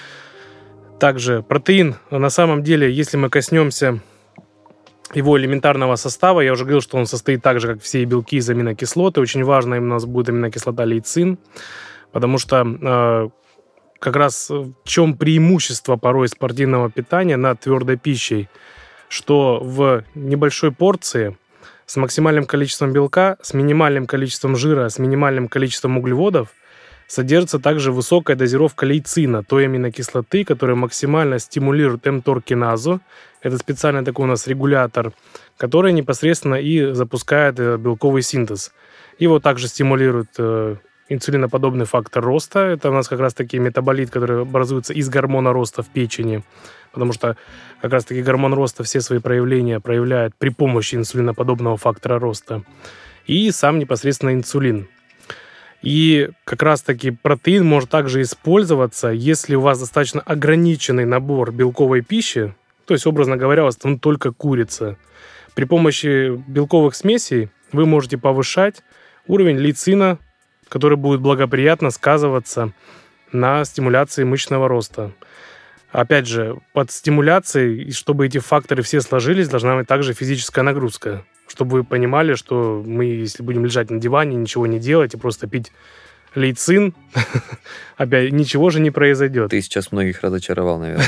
Также протеин, на самом деле, если мы коснемся его элементарного состава, я уже говорил, что он состоит так же, как все белки из аминокислоты. Очень важно именно у нас будет аминокислота лейцин, потому что э, как раз в чем преимущество порой спортивного питания над твердой пищей, что в небольшой порции с максимальным количеством белка, с минимальным количеством жира, с минимальным количеством углеводов содержится также высокая дозировка лейцина, той аминокислоты, которая максимально стимулирует мторкиназу. Это специальный такой у нас регулятор, который непосредственно и запускает белковый синтез. Его также стимулирует э, инсулиноподобный фактор роста. Это у нас как раз-таки метаболит, который образуется из гормона роста в печени, потому что как раз-таки гормон роста все свои проявления проявляет при помощи инсулиноподобного фактора роста. И сам непосредственно инсулин. И как раз-таки протеин может также использоваться, если у вас достаточно ограниченный набор белковой пищи, то есть, образно говоря, у вас там только курица. При помощи белковых смесей вы можете повышать уровень лейцина, который будет благоприятно сказываться на стимуляции мышечного роста. Опять же, под стимуляцией, и чтобы эти факторы все сложились, должна быть также физическая нагрузка. Чтобы вы понимали, что мы, если будем лежать на диване, ничего не делать и просто пить лейцин, опять ничего же не произойдет. Ты сейчас многих разочаровал, наверное.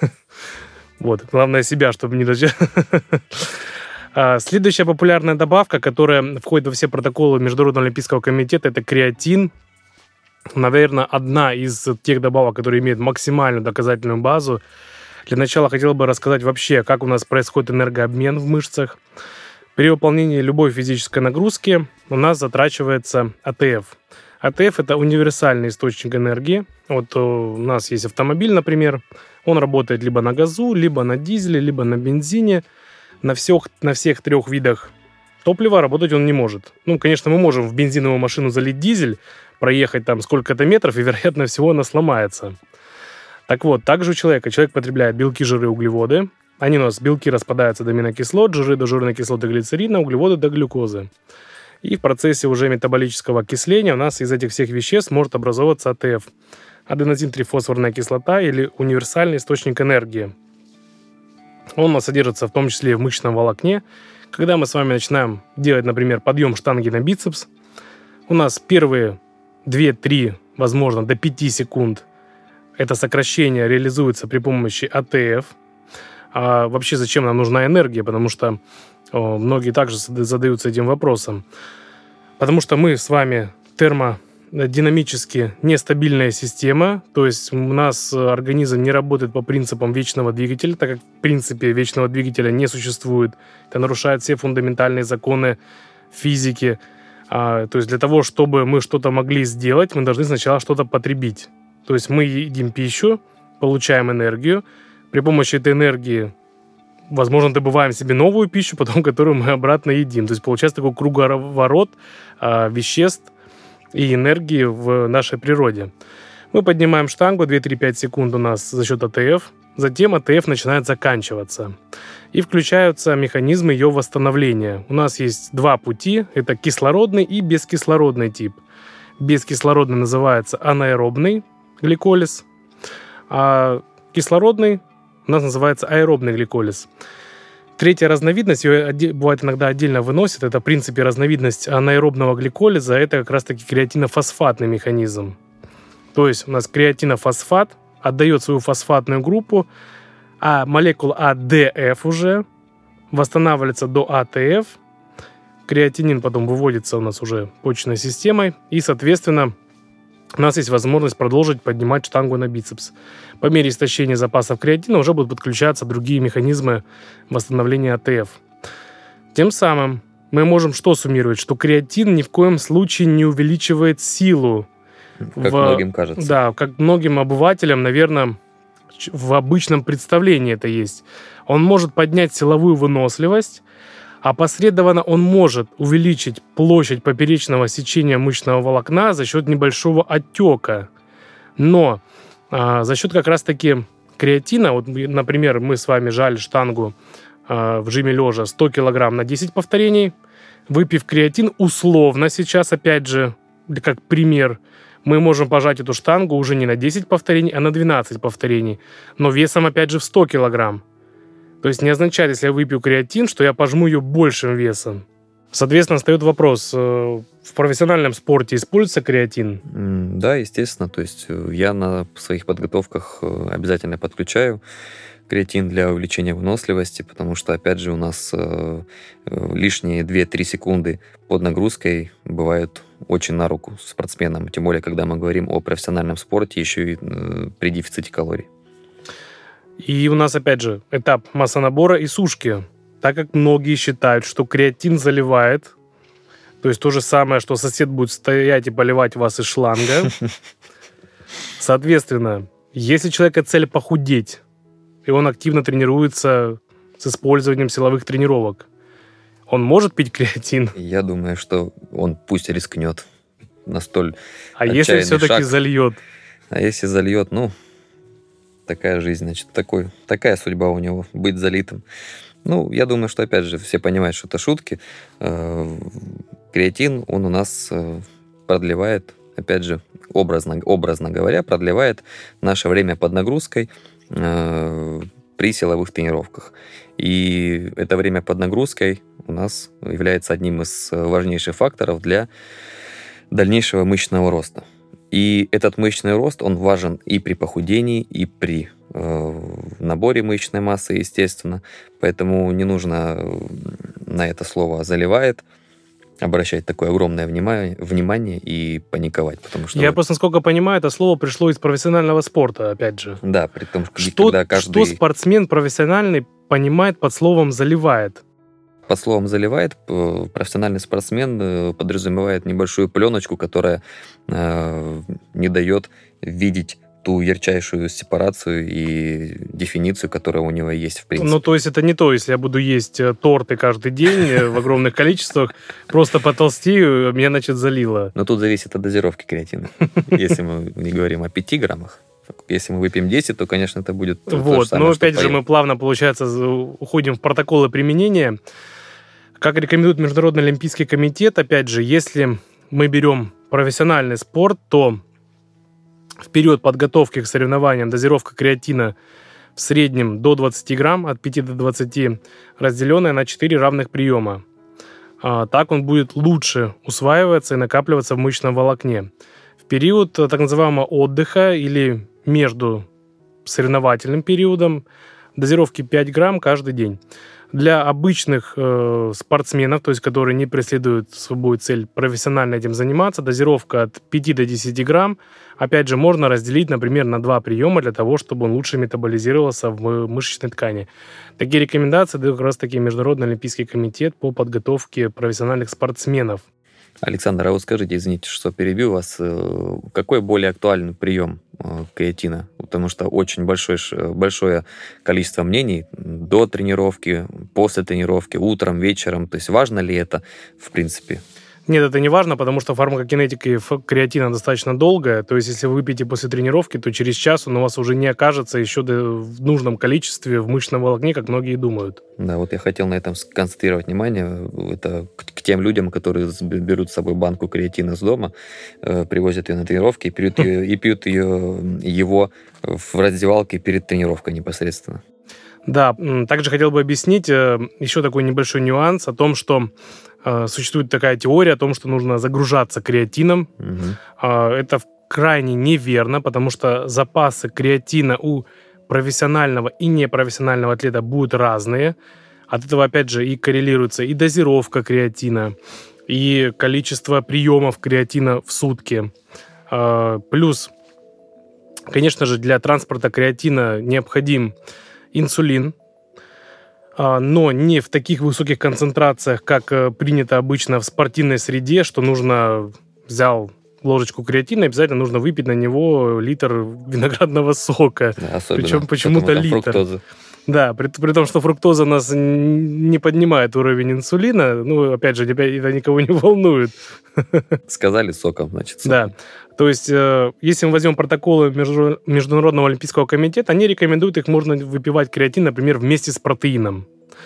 Вот, главное себя, чтобы не разочаровать. Следующая популярная добавка, которая входит во все протоколы Международного олимпийского комитета, это креатин. Наверное, одна из тех добавок, которые имеют максимальную доказательную базу. Для начала хотел бы рассказать вообще, как у нас происходит энергообмен в мышцах. При выполнении любой физической нагрузки у нас затрачивается А Т Ф. А Т Ф – это универсальный источник энергии. Вот у нас есть автомобиль, например. Он работает либо на газу, либо на дизеле, либо на бензине. На всех, на всех трех видах топлива работать он не может. Ну, конечно, мы можем в бензиновую машину залить дизель, проехать там сколько-то метров, и, вероятно всего, она сломается. Так вот, также у человека. Человек потребляет белки, жиры, углеводы. Они у нас, белки распадаются до аминокислот, жиры до жирной кислоты глицерина, углеводы до глюкозы. И в процессе уже метаболического окисления у нас из этих всех веществ может образовываться А Т Ф. Аденозин-трифосфорная кислота или универсальный источник энергии. Он у нас содержится в том числе и в мышечном волокне. Когда мы с вами начинаем делать, например, подъем штанги на бицепс, у нас первые две-три, возможно, до пяти секунд это сокращение реализуется при помощи А Т Ф. А вообще зачем нам нужна энергия? Потому что о, многие также задаются этим вопросом. Потому что мы с вами термодинамически нестабильная система, то есть у нас организм не работает по принципам вечного двигателя, так как в принципе вечного двигателя не существует. Это нарушает все фундаментальные законы физики. А, то есть для того, чтобы мы что-то могли сделать, мы должны сначала что-то потребить. То есть мы едим пищу, получаем энергию. При помощи этой энергии, возможно, добываем себе новую пищу, потом которую мы обратно едим. То есть получается такой круговорот а, веществ и энергии в нашей природе. Мы поднимаем штангу, две-три-пять секунд у нас за счет А Т Ф. Затем А Т Ф начинает заканчиваться. И включаются механизмы ее восстановления. У нас есть два пути. Это кислородный и бескислородный тип. Бескислородный называется анаэробный гликолиз, а кислородный у нас называется аэробный гликолиз. Третья разновидность, ее бывает иногда отдельно выносят, это в принципе разновидность анаэробного гликолиза, это как раз-таки креатинофосфатный механизм. То есть у нас креатинофосфат отдает свою фосфатную группу, а молекула А Д Ф уже восстанавливается до А Т Ф, креатинин потом выводится у нас уже почечной системой, и, соответственно, у нас есть возможность продолжить поднимать штангу на бицепс. По мере истощения запасов креатина уже будут подключаться другие механизмы восстановления А Т Ф. Тем самым мы можем что суммировать? Что креатин ни в коем случае не увеличивает силу. Как в, многим кажется. Да, как многим обывателям, наверное, в обычном представлении это есть. Он может поднять силовую выносливость, опосредованно он может увеличить площадь поперечного сечения мышечного волокна за счет небольшого отека. Но а, за счет как раз-таки креатина, вот, например, мы с вами жали штангу а, в жиме лежа сто килограмм на десять повторений, выпив креатин, условно сейчас, опять же, как пример, мы можем пожать эту штангу уже не на десять повторений, а на двенадцать повторений, но весом, опять же, в сто килограмм. То есть не означает, если я выпью креатин, что я пожму ее большим весом. Соответственно, встает вопрос, в профессиональном спорте используется креатин? Да, естественно. То есть я на своих подготовках обязательно подключаю креатин для увеличения выносливости, потому что, опять же, у нас лишние две-три секунды под нагрузкой бывают очень на руку спортсменам. Тем более, когда мы говорим о профессиональном спорте, еще и при дефиците калорий. И у нас, опять же, этап массонабора и сушки. Так как многие считают, что креатин заливает, то есть то же самое, что сосед будет стоять и поливать вас из шланга. Соответственно, если у человека цель похудеть, и он активно тренируется с использованием силовых тренировок, он может пить креатин? Я думаю, что он пусть рискнет на столь А если все-таки шаг. зальет? А если зальет, ну... Такая жизнь, значит, такой, такая судьба у него, быть залитым. Ну, я думаю, что, опять же, все понимают, что это шутки. Креатин, он у нас продлевает, опять же, образно, образно говоря, продлевает наше время под нагрузкой при силовых тренировках. И это время под нагрузкой у нас является одним из важнейших факторов для дальнейшего мышечного роста. И этот мышечный рост, он важен и при похудении, и при э, наборе мышечной массы, естественно. Поэтому не нужно на это слово «заливает» обращать такое огромное внимание, внимание и паниковать. Потому что Я вот... просто, насколько понимаю, это слово пришло из профессионального спорта, опять же. Да, при том, что, что когда каждый... Что спортсмен профессиональный понимает под словом «заливает»? Под словом «заливает» профессиональный спортсмен подразумевает небольшую пленочку, которая э, не дает видеть ту ярчайшую сепарацию и дефиницию, которая у него есть в принципе. Ну, то есть это не то, если я буду есть торты каждый день в огромных количествах, просто потолстею, меня, значит, залило. Но тут зависит от дозировки креатина. Если мы не говорим о пяти граммах, если мы выпьем десять, то, конечно, это будет вот, то же самое, но опять что же поем. Мы плавно, получается, уходим в протоколы применения. Как рекомендует Международный олимпийский комитет, опять же, если мы берем профессиональный спорт, то в период подготовки к соревнованиям дозировка креатина в среднем до двадцати грамм, от пяти до двадцати, разделенная на четыре равных приема. А, так он будет лучше усваиваться и накапливаться в мышечном волокне. В период так называемого отдыха или между соревновательным периодом дозировки пять грамм каждый день. Для обычных э, спортсменов, то есть которые не преследуют свою цель профессионально этим заниматься, дозировка от пяти до десяти грамм, опять же, можно разделить, например, на два приема для того, чтобы он лучше метаболизировался в мышечной ткани. Такие рекомендации дает как раз-таки Международный олимпийский комитет по подготовке профессиональных спортсменов. Александр, а вот скажите, извините, что перебью вас, какой более актуальный прием креатина? Потому что очень большое, большое количество мнений до тренировки, после тренировки, утром, вечером. То есть важно ли это в принципе? Нет, это не важно, потому что фармакокинетика креатина достаточно долгая. То есть, если вы выпьете после тренировки, то через час он у вас уже не окажется еще в нужном количестве в мышечном волокне, как многие думают. Да, вот я хотел на этом сконцентрировать внимание. Это к тем людям, которые берут с собой банку креатина с дома, привозят ее на тренировки и пьют, ее, и пьют ее, его в раздевалке перед тренировкой непосредственно. Да, также хотел бы объяснить еще такой небольшой нюанс о том, что существует такая теория о том, что нужно загружаться креатином. Угу. Это крайне неверно, потому что запасы креатина у профессионального и непрофессионального атлета будут разные. От этого, опять же, и коррелируется и дозировка креатина, и количество приемов креатина в сутки. Плюс, конечно же, для транспорта креатина необходим инсулин, но не в таких высоких концентрациях, как принято обычно в спортивной среде, что нужно взял ложечку креатина, обязательно нужно выпить на него литр виноградного сока. Да, особенно, причем почему-то литр. Фруктоза. Да, при, при том, что фруктоза у нас не поднимает уровень инсулина, ну, опять же, это никого не волнует. Сказали соком, значит. Соком. Да. То есть, если мы возьмем протоколы Международного олимпийского комитета, они рекомендуют их можно выпивать креатин, например, вместе с протеином.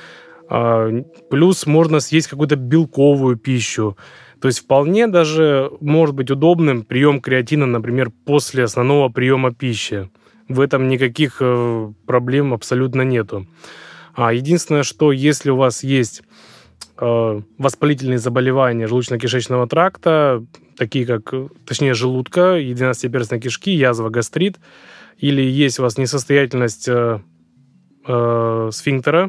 Плюс можно съесть какую-то белковую пищу. То есть вполне даже может быть удобным прием креатина, например, после основного приема пищи. В этом никаких проблем абсолютно нету. Единственное, что если у вас есть воспалительные заболевания желудочно-кишечного тракта, такие как, точнее, желудка, двенадцатиперстной кишки, язва, гастрит, или есть у вас несостоятельность э, э, сфинктера,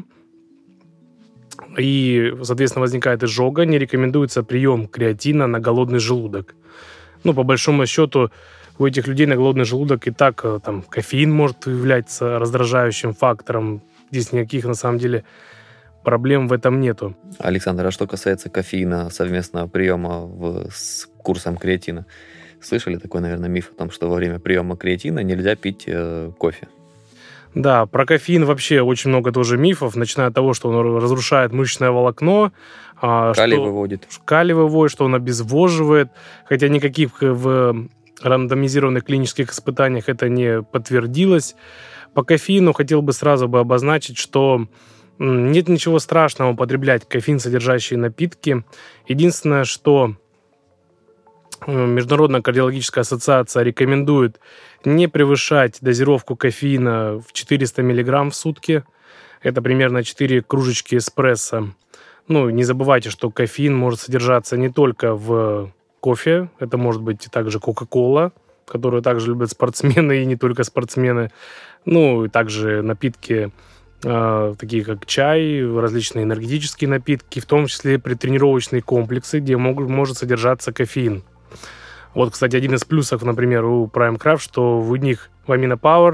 и, соответственно, возникает изжога, не рекомендуется прием креатина на голодный желудок. Ну, по большому счету, у этих людей на голодный желудок и так там, кофеин может являться раздражающим фактором. Здесь никаких, на самом деле, проблем в этом нету. Александр, а что касается кофеина, совместного приема в, с курсом креатина, слышали такой, наверное, миф о том, что во время приема креатина нельзя пить э, кофе? Да, про кофеин вообще очень много тоже мифов, начиная от того, что он разрушает мышечное волокно, калий что, выводит. Калий выводит, что он обезвоживает, хотя никаких в рандомизированных клинических испытаниях это не подтвердилось. По кофеину хотел бы сразу бы обозначить, что нет ничего страшного употреблять кофеин, содержащие напитки. Единственное, что Международная кардиологическая ассоциация рекомендует не превышать дозировку кофеина в четыреста миллиграмм в сутки. Это примерно четыре кружечки эспрессо. Ну, не забывайте, что кофеин может содержаться не только в кофе. Это может быть также кока-кола, которую также любят спортсмены и не только спортсмены. Ну, и также напитки, э, такие как чай, различные энергетические напитки, в том числе предтренировочные комплексы, где могут, может содержаться кофеин. Вот, кстати, один из плюсов, например, у Prime Craft, что в них в Amino Power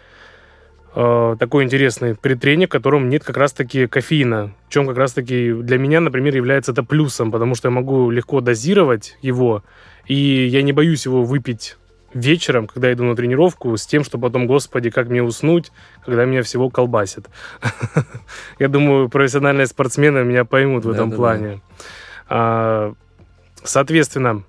э, такой интересный предтренинг, в котором нет как раз-таки кофеина. В чем как раз-таки для меня, например, является это плюсом, потому что я могу легко дозировать его, и я не боюсь его выпить вечером, когда иду на тренировку, с тем, что потом, господи, как мне уснуть, когда меня всего колбасит. Я думаю, профессиональные спортсмены меня поймут в этом плане. Соответственно,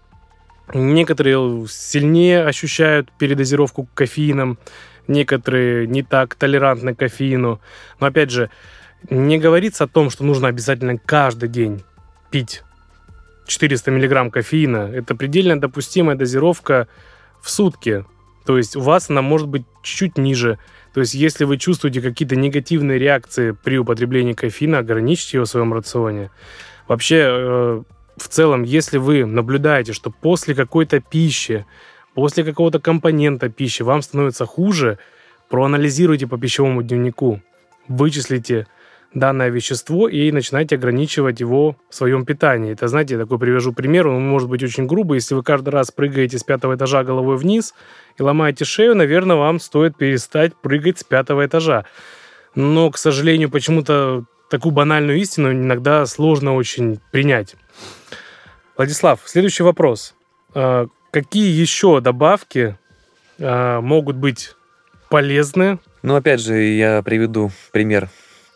некоторые сильнее ощущают передозировку кофеином, некоторые не так толерантны к кофеину. Но, опять же, не говорится о том, что нужно обязательно каждый день пить четыреста миллиграмм кофеина. Это предельно допустимая дозировка в сутки. То есть у вас она может быть чуть-чуть ниже. То есть если вы чувствуете какие-то негативные реакции при употреблении кофеина, ограничьте его в своем рационе. Вообще, э, в целом, если вы наблюдаете, что после какой-то пищи, после какого-то компонента пищи вам становится хуже, проанализируйте по пищевому дневнику, вычислите данное вещество и начинайте ограничивать его в своем питании. Это, знаете, я такой привяжу пример, он может быть очень грубый. Если вы каждый раз прыгаете с пятого этажа головой вниз и ломаете шею, наверное, вам стоит перестать прыгать с пятого этажа. Но, к сожалению, почему-то такую банальную истину иногда сложно очень принять. Владислав, следующий вопрос. Какие еще добавки могут быть полезны? Ну, опять же, я приведу пример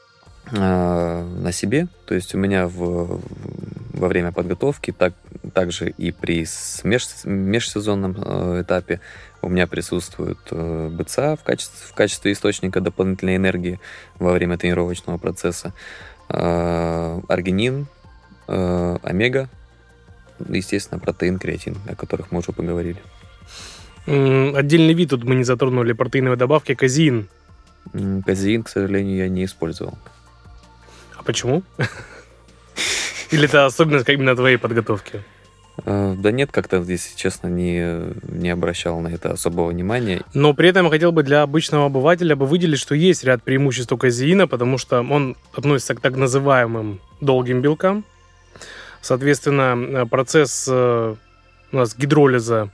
на себе. То есть у меня в, во время подготовки, так, также и при меж, межсезонном этапе у меня присутствует бэ цэ а в качестве, в качестве источника дополнительной энергии во время тренировочного процесса, аргинин, омега, естественно, протеин, креатин, о которых мы уже поговорили. Отдельный вид тут мы не затронули протеиновой добавки — казеин. Казеин, к сожалению, я не использовал. А почему? Или это особенность именно твоей подготовки? Да нет, как-то, если честно, не, не обращал на это особого внимания. Но при этом я хотел бы для обычного обывателя бы выделить, что есть ряд преимуществ у казеина, потому что он относится к так называемым долгим белкам. Соответственно, процесс у нас гидролиза,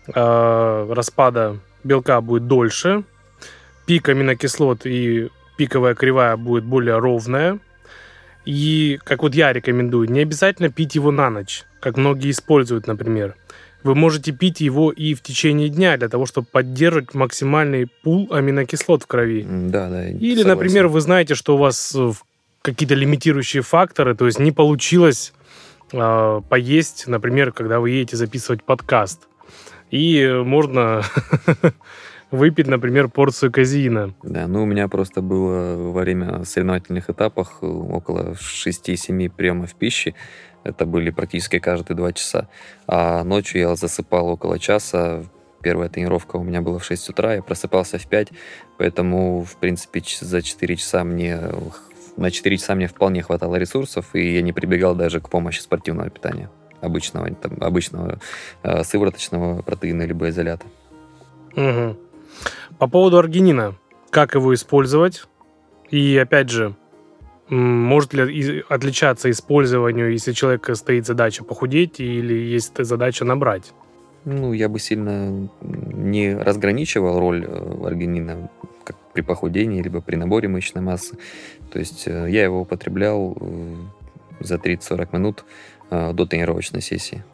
распада белка будет дольше, пик аминокислот и пиковая кривая будет более ровная. И, как вот я рекомендую, не обязательно пить его на ночь, как многие используют, например. Вы можете пить его и в течение дня для того, чтобы поддерживать максимальный пул аминокислот в крови. Да, да. Или, согласен. например, вы знаете, что у вас какие-то лимитирующие факторы, то есть не получилось э, поесть, например, когда вы едете записывать подкаст. И можно выпить, например, порцию казеина. Да, ну у меня просто было во время соревновательных этапов около шести-семи приемов пищи. Это были практически каждые два часа. А ночью я засыпал около часа. Первая тренировка у меня была в шесть утра, я просыпался в пять. Поэтому, в принципе, за четыре часа мне... На четыре часа мне вполне хватало ресурсов, и я не прибегал даже к помощи спортивного питания. Обычного, там, обычного э, сывороточного протеина либо изолята. Угу. По поводу аргинина. Как его использовать? И, опять же, может ли отличаться использованию, если человека стоит задача похудеть или есть задача набрать? Ну, я бы сильно не разграничивал роль аргинина как при похудении, либо при наборе мышечной массы. То есть я его употреблял за тридцать-сорок минут до тренировочной сессии.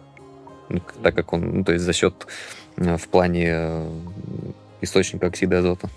Так как он, ну, то есть за счет в плане источника оксида азота.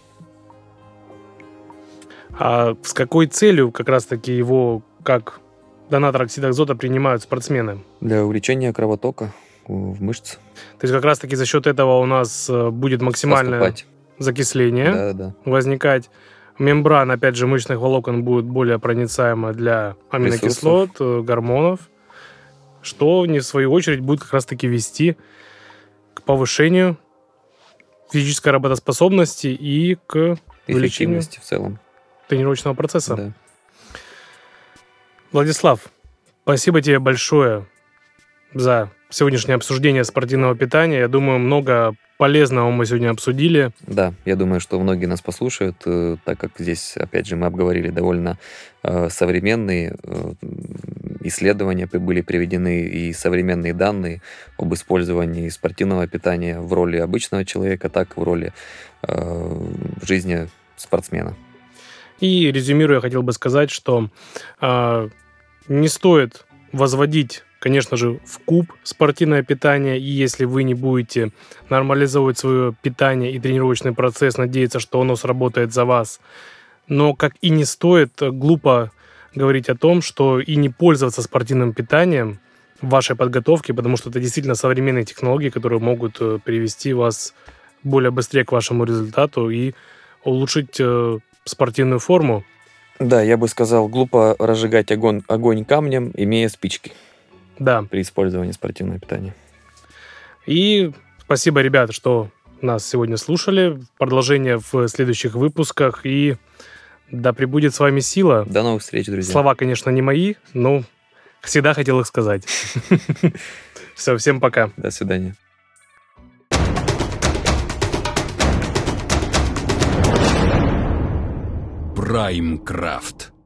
А с какой целью как раз-таки его, как донатор оксида азота, принимают спортсмены? Для увеличения кровотока в мышцы. То есть как раз-таки за счет этого у нас будет максимальное Поступать. закисление да, да. возникать. Мембрана, опять же, мышечных волокон будет более проницаема для аминокислот, Ресурсов. гормонов. что, не в свою очередь, будет как раз-таки вести к повышению физической работоспособности и к увеличению Эффективности в целом тренировочного процесса. Да. Владислав, спасибо тебе большое за сегодняшнее обсуждение спортивного питания. Я думаю, много полезного мы сегодня обсудили. Да, я думаю, что многие нас послушают, э, так как здесь, опять же, мы обговорили довольно э, современные э, исследования, были приведены и современные данные об использовании спортивного питания в роли обычного человека, так и в роли э, в жизни спортсмена. И резюмируя, я хотел бы сказать, что э, не стоит возводить, конечно же, в куб спортивное питание, и если вы не будете нормализовывать свое питание и тренировочный процесс, надеяться, что оно сработает за вас. Но как и не стоит глупо говорить о том, что и не пользоваться спортивным питанием в вашей подготовке, потому что это действительно современные технологии, которые могут привести вас более быстрее к вашему результату и улучшить э, спортивную форму. Да, я бы сказал, глупо разжигать огонь, огонь камнем, имея спички. Да. При использовании спортивного питания. И спасибо, ребята, что нас сегодня слушали. Продолжение в следующих выпусках. И да пребудет с вами сила. До новых встреч, друзья. Слова, конечно, не мои, но всегда хотел их сказать. Все, всем пока. До свидания. Праймкрафт.